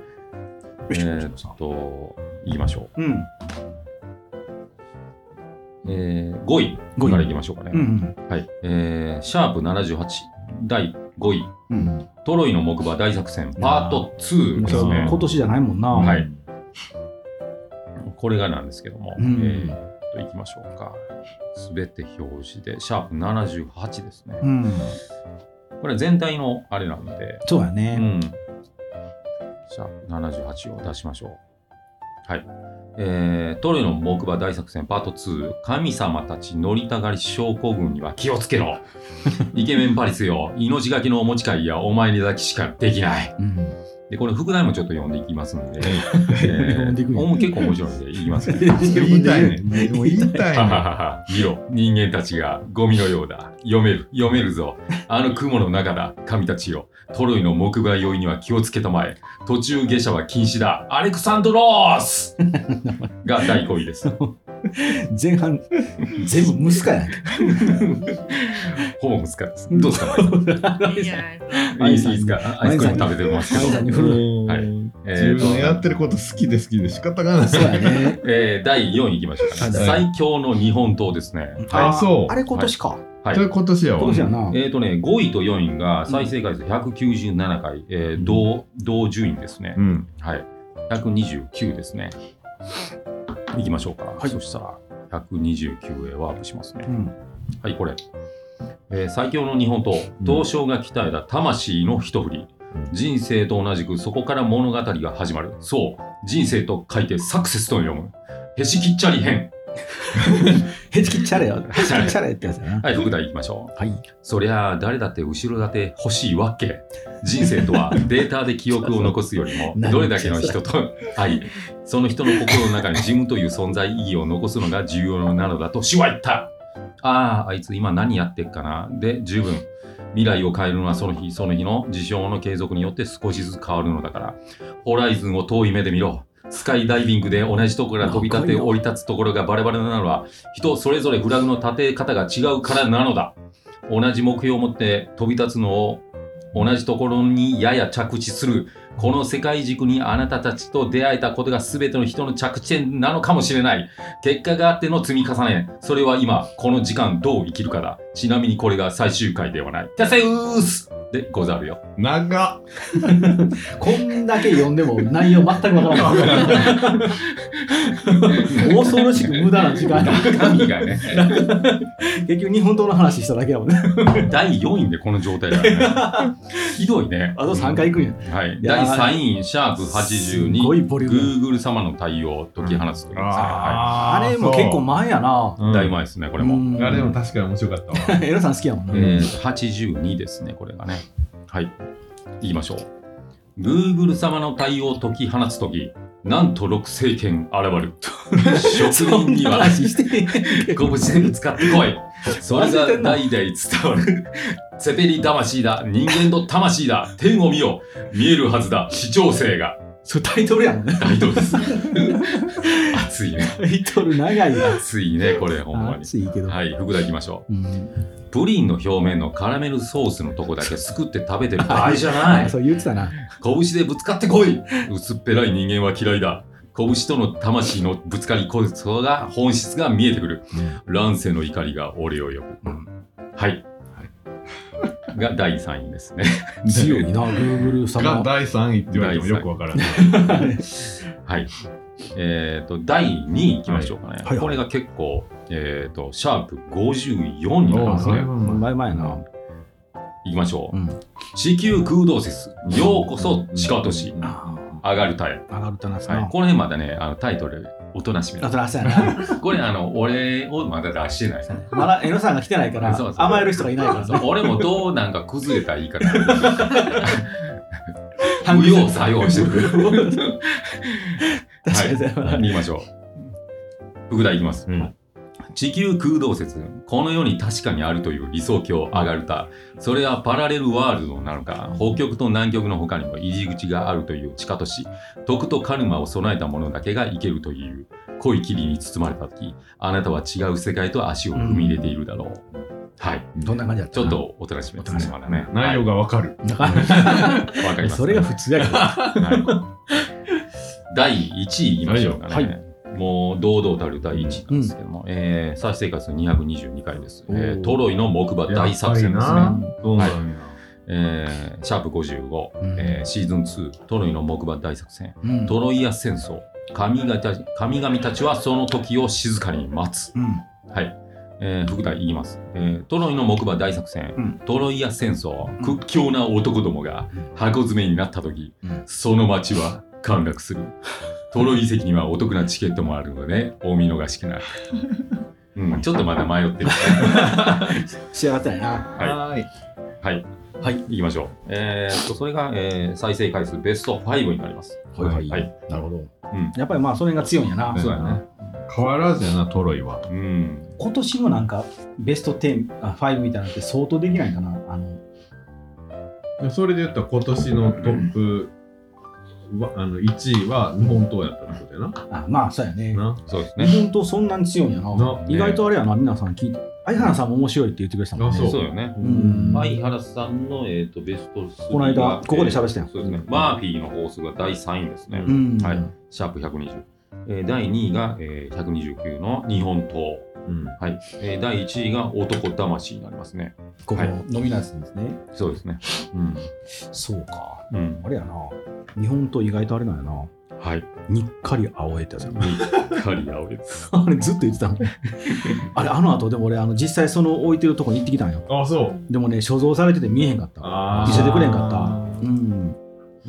いきましょう。5位からいきましょうかね。シャープ78第5位、トロイの木馬大作戦パート2ですね。 今年じゃないもんな。 はい。これがなんですけども、いきましょうか。すべて表示でシャープ78ですね。これ全体のあれなんで。 そうやね。 シャープ78を出しましょう。はい。トロイの木馬大作戦パート2、神様たち乗りたがり症候群には気をつけろ。イケメンパリスよ、命がけのお持ち帰りやお前にだけしかできない。でこれ副題もちょっと読んでいきますので、結構面白いのでいきますね。 言いたいね。 言いたいね。見ろ、人間たちがゴミのようだ。読めるぞ。雲の中だ、神たちよ。トロイの木馬酔いには気をつけたまえ。途中下車は禁止だ。アレクサンドロースが第5位です。 前半全部ムスカやん。 ほぼムスカです。どうですか？いいですか？アイスクリーム食べてますけど。はい。 自分のやってること好きで仕方がない。 そうやね。 第4位いきましょうかね。最強の日本刀ですね。 あれ今年か。 それ今年やわ。 今年やな。 5位と4位が再生回数197回、同順位ですね。はい。129ですね。いきましょうか。そしたら129へワープしますね。はい、これ。最強の日本刀、東証が鍛えた魂の一振り。人生と同じくそこから物語が始まる。そう、人生と書いてサクセスと読む。へしきっちゃり編。 へしきっちゃれよ。へしきっちゃれってやつだな。 はい、副題いきましょう。 はい。 そりゃあ誰だって後ろ盾欲しいわけ。人生とはデータで記憶を残すよりもどれだけの人と愛、その人の心の中に自分という存在意義を残すのが重要なのだと主は言った。あいつ今何やってっかなで十分。未来を変えるのはその日その日の事象の継続によって少しずつ変わるのだから。ホライズンを遠い目で見ろ。スカイダイビングで同じところから飛び立って降り立つところがバレバレなのは人それぞれフラグの立て方が違うからなのだ。同じ目標を持って飛び立つのを同じところにやや着地する。この世界軸にあなたたちと出会えたことが全ての人の着地点なのかもしれない。結果があっての積み重ね。それは今、この時間どう生きるかだ。ちなみにこれが最終回ではない。テセウスでござるよ。 長っ。 こんだけ読んでも内容全くわからない。恐ろしく無駄な時間。 中身がね。 結局日本刀の話しただけやもんね。 第4位でこの状態だね。ひどいね。 あと3回いくんや。 はい。第3位、シャープ82。Google 様の対応を解き放つという。 あれも結構前やな。 大前ですね、これも。 あれも確かに面白かったわ。 エロさん好きやもんね。 82ですね、これがね。はい。いきましょう。Google 様の対応を解き放つとき、なんと6政権現る。職人には拳で使ってこい。それが代々伝わる。セペリ魂だ。人間と魂だ。天を見よ。見えるはずだ。視聴性が。 それタイトルやもんね。 タイトルです。熱いね。 タイトル長いな。 熱いね、これ、ほんまに。 熱いけど。 はい、副題いきましょう。プリンの表面のカラメルソースのとこだけすくって食べてる場合じゃない。 そう言ってたな。 拳でぶつかってこい。薄っぺらい人間は嫌いだ。拳との魂のぶつかりこそが本質が見えてくる。乱世の怒りが俺を呼ぶ。はい。が第3位ですね。 強いな、Google 様。 が第3位って言われてもよくわからない。 はい。第2位いきましょうかね。これが結構、シャープ54になりますね。 前やな。 いきましょう。地球空洞説、ようこそ地下都市。上がるたえ。 上がるたなすな。この辺まだね、タイトル、おとなしめ。 おとなしめやな。 これ、俺をまだ出してない。 まだ、江野さんが来てないから、甘える人がいないから。 俺もどうなんか崩れたらいいかな。無用作用してくる。はい。見ましょう。副題いきます。地球空洞説、この世に確かにあるという理想郷アガルタ。それはパラレルワールドなのか、北極と南極の他にも入り口があるという地下都市。徳とカルマを備えた者だけが行けるという濃い霧に包まれた時、あなたは違う世界と足を踏み入れているだろう。はい。 どんな感じだったちょっとおとなしめですね、まだね。 内容がわかる。 わかります。 それが普通やけど。 第1位いきましょうかね。もう堂々たる第1位なんですけども、再生回数222回です。トロイの木馬大作戦ですね。シャープ55、シーズン2、トロイの木馬大作戦、トロイア戦争、神々たちはその時を静かに待つ。はい。副題言います。トロイの木馬大作戦、トロイア戦争、屈強な男どもが箱詰めになった時、その町は陥落する。トロイ遺跡にはお得なチケットもあるので、お見逃しくない。ちょっとまだ迷ってる。 仕上がったやな。 はい。はい。はい。行きましょう。それが、再生回数ベスト5になります。 はい。なるほど。やっぱりまあ、それが強いんやな。 そうやね。 変わらずやな、トロイは。 今年のなんか、ベスト10、5みたいなのって相当できないかな。 それで言ったら今年のトップ、1位は日本刀やったってことやな。 まあそうやね。 そうですね。 日本刀そんなに強いんやな。意外とあれやな、皆さん聞いて。 相原さんも面白いって言ってくれてたもんね。 そうよね。相原さんの、ベスト3。 この間、ここで喋ってたよ。 そうですね。マーフィーの法則が第3位ですね。はい。シャープ120。第2位が、129の日本刀。はい。第1位が男魂になりますね。 ここ、飲みなすんですね。 そうですね。 そうか。あれやな。日本刀意外とあれなんやな。 はい。 にっかり青江ってやつやな。 にっかり青江です。 あれずっと言ってたもん。あれ、あの後でも俺、実際その置いてるとこに行ってきたんよ。 あ、そう。 でもね、所蔵されてて見えへんかった。見せてくれへんかった。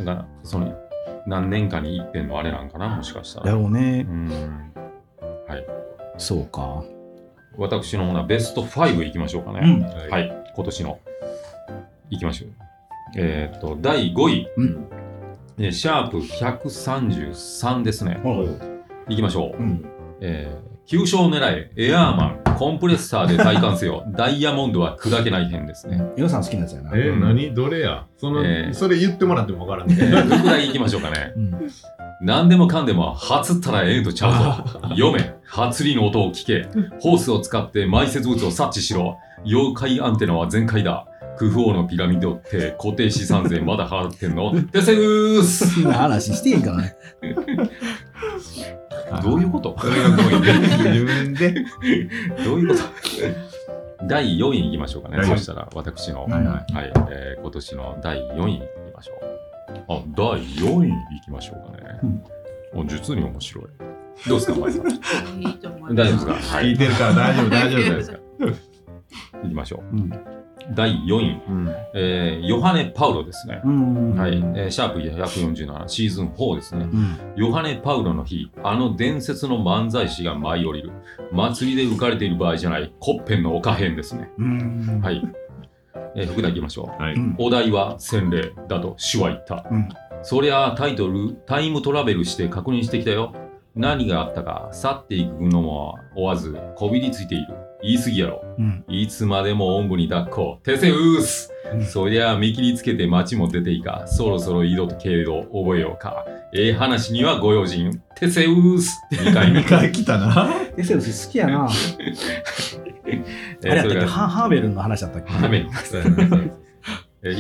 だから、何年かに一遍のあれなんかな、もしかしたら。 やろうね。 はい。 そうか。 私のものはベスト5いきましょうかね。はい。今年の。いきましょう。第5位。シャープ133ですね。いきましょう。急所を狙え、エアーマン、コンプレッサーで体感せよ、ダイヤモンドは砕けない編ですね。 皆さん好きなやつやな。 何どれやそれ言ってもらってもわからんね。 どくらいいきましょうかね。何でもかんでも、初ったらええんとちゃうぞ。読め、初りの音を聞け、ホースを使って埋設物を察知しろ。妖怪アンテナは全開だ。クフ王のピラミッドって固定資産税まだ払ってんのテセウスそんな話してへんからね。 どういうことそれが5位で。自分で。 どういうこと第4位いきましょうかね。そしたら私の、今年の第4位いきましょう。第4位いきましょうかね。実に面白い。どうですか、前さん。 いいと思います。 大丈夫ですか。 聞いてるから大丈夫、大丈夫ですか。いきましょう。第4位、ヨハネ・パウロですね。はい、シャープ147シーズン4ですね。ヨハネ・パウロの日、あの伝説の漫才師が舞い降りる。祭りで浮かれている場合じゃない、コッペンの丘編ですね。はい。副題いきましょう。お題は洗礼だと主は言った。そりゃタイムトラベルして確認してきたよ。何があったか去っていくのも追わずこびりついている。言い過ぎやろ。いつまでもおんぶに抱っこ。テセウス、そりゃ見切りつけて街も出ていいか。そろそろ井戸と経路覚えようか。話にはご用心。テセウス2 回来たな。 テセウス好きやな。あれやったっけハーベルンの話だったっけ。 ハーベルンです。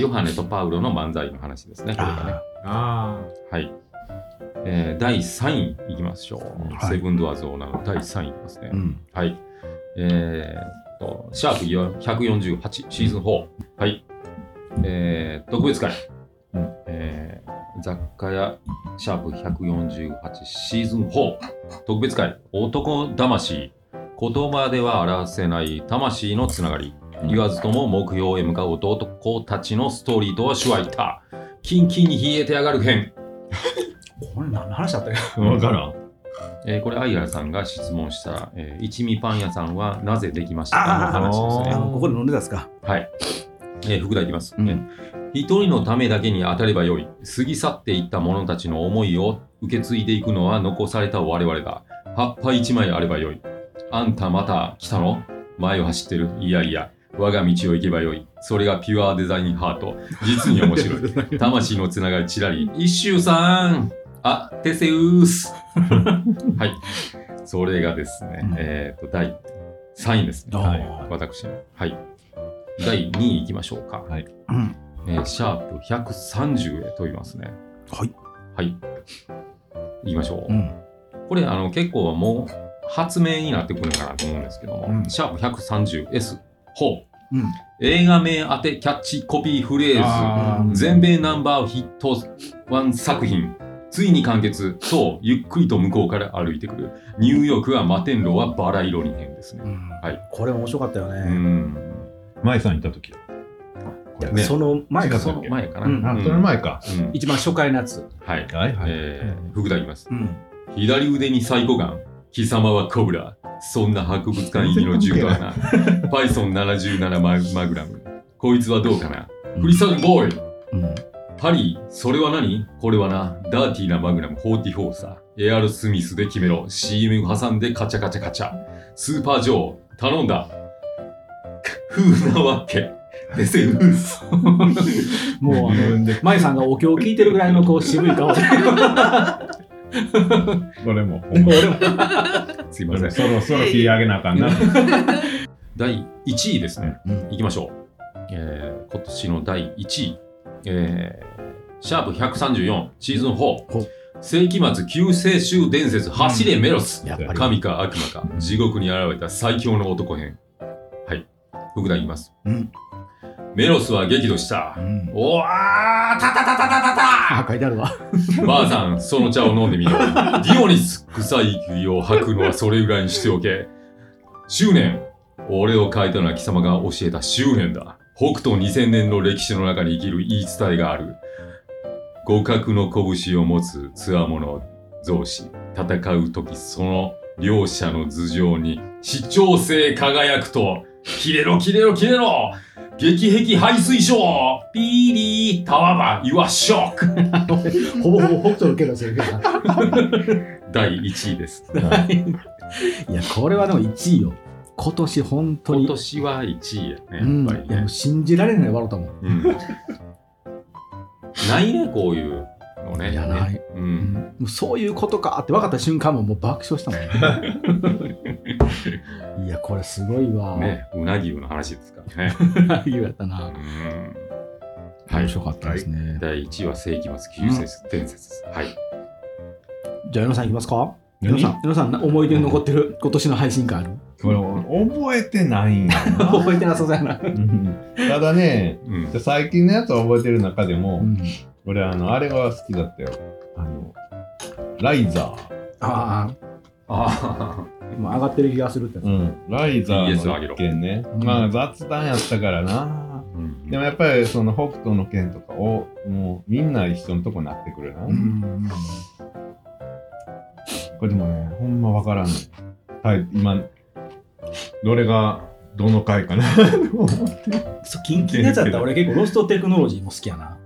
ヨハネとパウロの漫才の話ですね。これがね。はい。第3位いきましょう。セブンドアーズオーナーの第3位いきますね。はい。シャープ148シーズン4。はい。特別会。雑貨屋シャープ148シーズン4。特別会。男魂。言葉では表せない魂のつながり。言わずとも目標へ向かう男たちのストーリーとは主は言った。キンキンに冷えて上がる編。 これ何の話だったっけ。 わからん。 これ、相原さんが質問した、一味パン屋さんはなぜできましたかの話ですね。 ここで飲んでたんですか。 はい。副題いきます。一人のためだけに当たればよい。過ぎ去っていった者たちの思いを受け継いでいくのは残された我々だ。葉っぱ一枚あればよい。あんたまた来たの？前を走ってる。いやいや。我が道を行けばよい。それがピュアデザインハート。実に面白い。魂のつながりちらり。一周さん。テセウスはい。それがですね、第3位ですね。私の。はい。第2位いきましょうか。はい。シャープ130へ問いますね。 はい。 はい。いきましょう。これ、結構もう発明になってくるのかなと思うんですけども、シャープ 130S、映画名当てキャッチコピーフレーズ、全米ナンバーヒット1作品、ついに完結。そう、ゆっくりと向こうから歩いてくる。ニューヨークは摩天楼はバラ色に変ですね。はい。 これ面白かったよね。 舞さんいた時。 その前か。 その前かな。 その前か。 一番初回のやつ。 はい。副題いきます。左腕にサイコガン。貴様はコブラ。そんな博物館入りの銃とはな。Python77 マグラム。こいつはどうかな。クリスタルボーイ。ハリー、それは何？これはな、ダーティーなマグナム44さ。エアロスミスで決めろ。CM 挟んでカチャカチャカチャ。スーパージョー、頼んだ。風なわけ。テセウス。 もう舞さんがお経を聞いてるぐらいのこう渋い顔で。 俺も。 すいません。 そろそろ切り上げなあかんな。 第1位ですね。いきましょう。今年の第1位。シャープ134シーズン4。世紀末救世主伝説走れメロス。神か悪魔か地獄に現れた最強の男編。はい。福田言います。メロスは激怒した。おわーたたたたたたた書いてあるわ。 ばあさん、その茶を飲んでみよう。ディオニス、臭い息を吐くのはそれぐらいにしておけ。執念。俺を書いたのは貴様が教えた執念だ。北斗2000年の歴史の中に生きる言い伝えがある。互角の拳を持つ強者同士。戦うときその両者の頭上に視聴性輝くと。切れろ切れろ切れろ激壁排水ショーピーリータワバユアショックほぼほぼ北斗の剣のセリフだ第1位です。 いや、これはでも1位よ。今年本当に。 今年は1位やね。やっぱりね。 いや、もう信じられない笑ったもん。 ないね、こういうのね。 いや、ない。もうそういうことかって分かった瞬間もう爆笑したもん。いや、これすごいわ。 ね、うなぎゅうの話ですからね。 うなぎゅうやったな。面白かったですね。 第1位は世紀末救世主伝説です。はい。 じゃあ、矢野さんいきますか。矢野さん、思い出に残ってる今年の配信会ある？ これ覚えてないんやな。 覚えてなさそうやな。 ただね、最近のやつは覚えてる中でも、俺あれが好きだったよ。ライザー。 もう上がってる気がするって。 ライザーの一件ね。まあ雑談やったからな。でもやっぱりその北斗の拳とかをもうみんな一緒のとこになってくるな。これでもね、ほんまわからん。今どれがどの回かな。 そう、キンキンのやつだったら俺結構ロストテクノロジーも好きやな。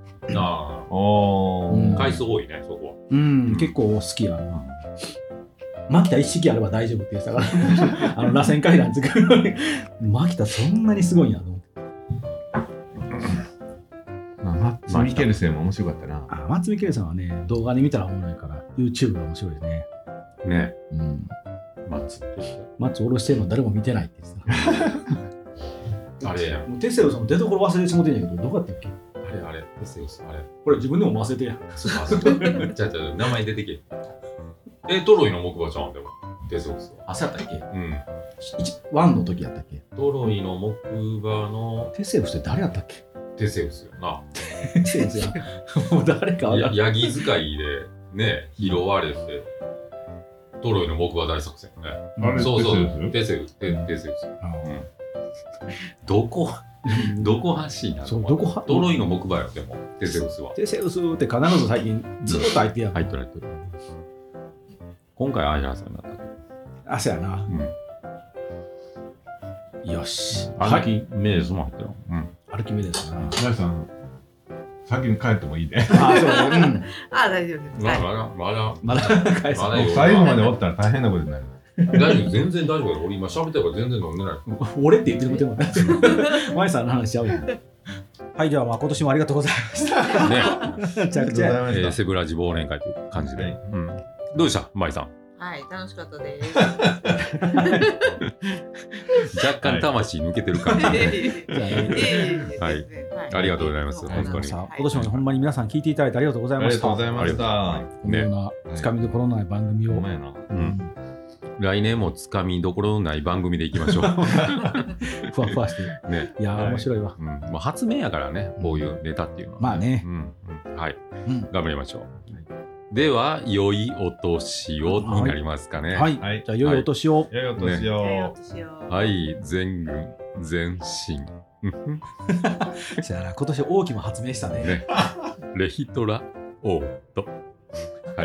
回数多いね、そこは。結構好きやな。牧田一式あれば大丈夫って言ってたから螺旋階段作るのに牧田そんなにすごいんやと思って。 マッツ・ミケルセンも面白かったな。 マッツ・ミケルセンはね、動画で見たらおもろいから YouTube が面白いですね。 ね。マッツ下ろしてるの誰も見てないって言ってた。 あれや。 テセウスの出所忘れてしもてんやけど、どこやったっけ？ あれ、テセウス、あれ。 これ自分でも忘れてやん。 じゃあ、名前出てけ。トロイの木馬ちゃんでも、テセウスは。 そうやったっけ？1の時やったっけ？ トロイの木馬の。 テセウスって誰やったっけ？ テセウスよな。 テセウスや。もう誰かヤギ使いでね、拾われて、トロイの木馬大作戦ね。そうそう、テセウス。どこ発信なの？トロイの木馬よ、でも、テセウスは。 テセウスって必ず最近ずっと入ってやん。 入ってる。今回、相原さんになった。 そうやな。よし。 歩きメデスも入ってる。 歩きメデスな。 皆さん、先に帰ってもいいね。 そうね。大丈夫です。 まだ返す。 最後までおったら大変なことになる。 大丈夫、全然大丈夫。俺今喋ってるから全然飲んでない。 俺って言ってることもない。マイさんの話しちゃうよ。はい、では今年もありがとうございました。 ね。めちゃくちゃ。セブラジ忘年会という感じで。どうでした、マイさん？ はい、楽しかったです。 若干魂抜けてる感じで。はい。ありがとうございます。本当に。 今年もほんまに皆さん聞いていただいてありがとうございました。 ありがとうございました。 このようなつかみどころのない番組を。 来年もつかみどころのない番組でいきましょう。 ふわふわして。 ね。 いや、面白いわ。 もう発明やからね、こういうネタっていうのは。 まあね。 はい。頑張りましょう。では、良いお年をになりますかね。 はい。じゃあ、良いお年を。 良いお年を。 はい。全軍、全身。 そうやな、今年大きも発明したね。 レヒトラオート。はい。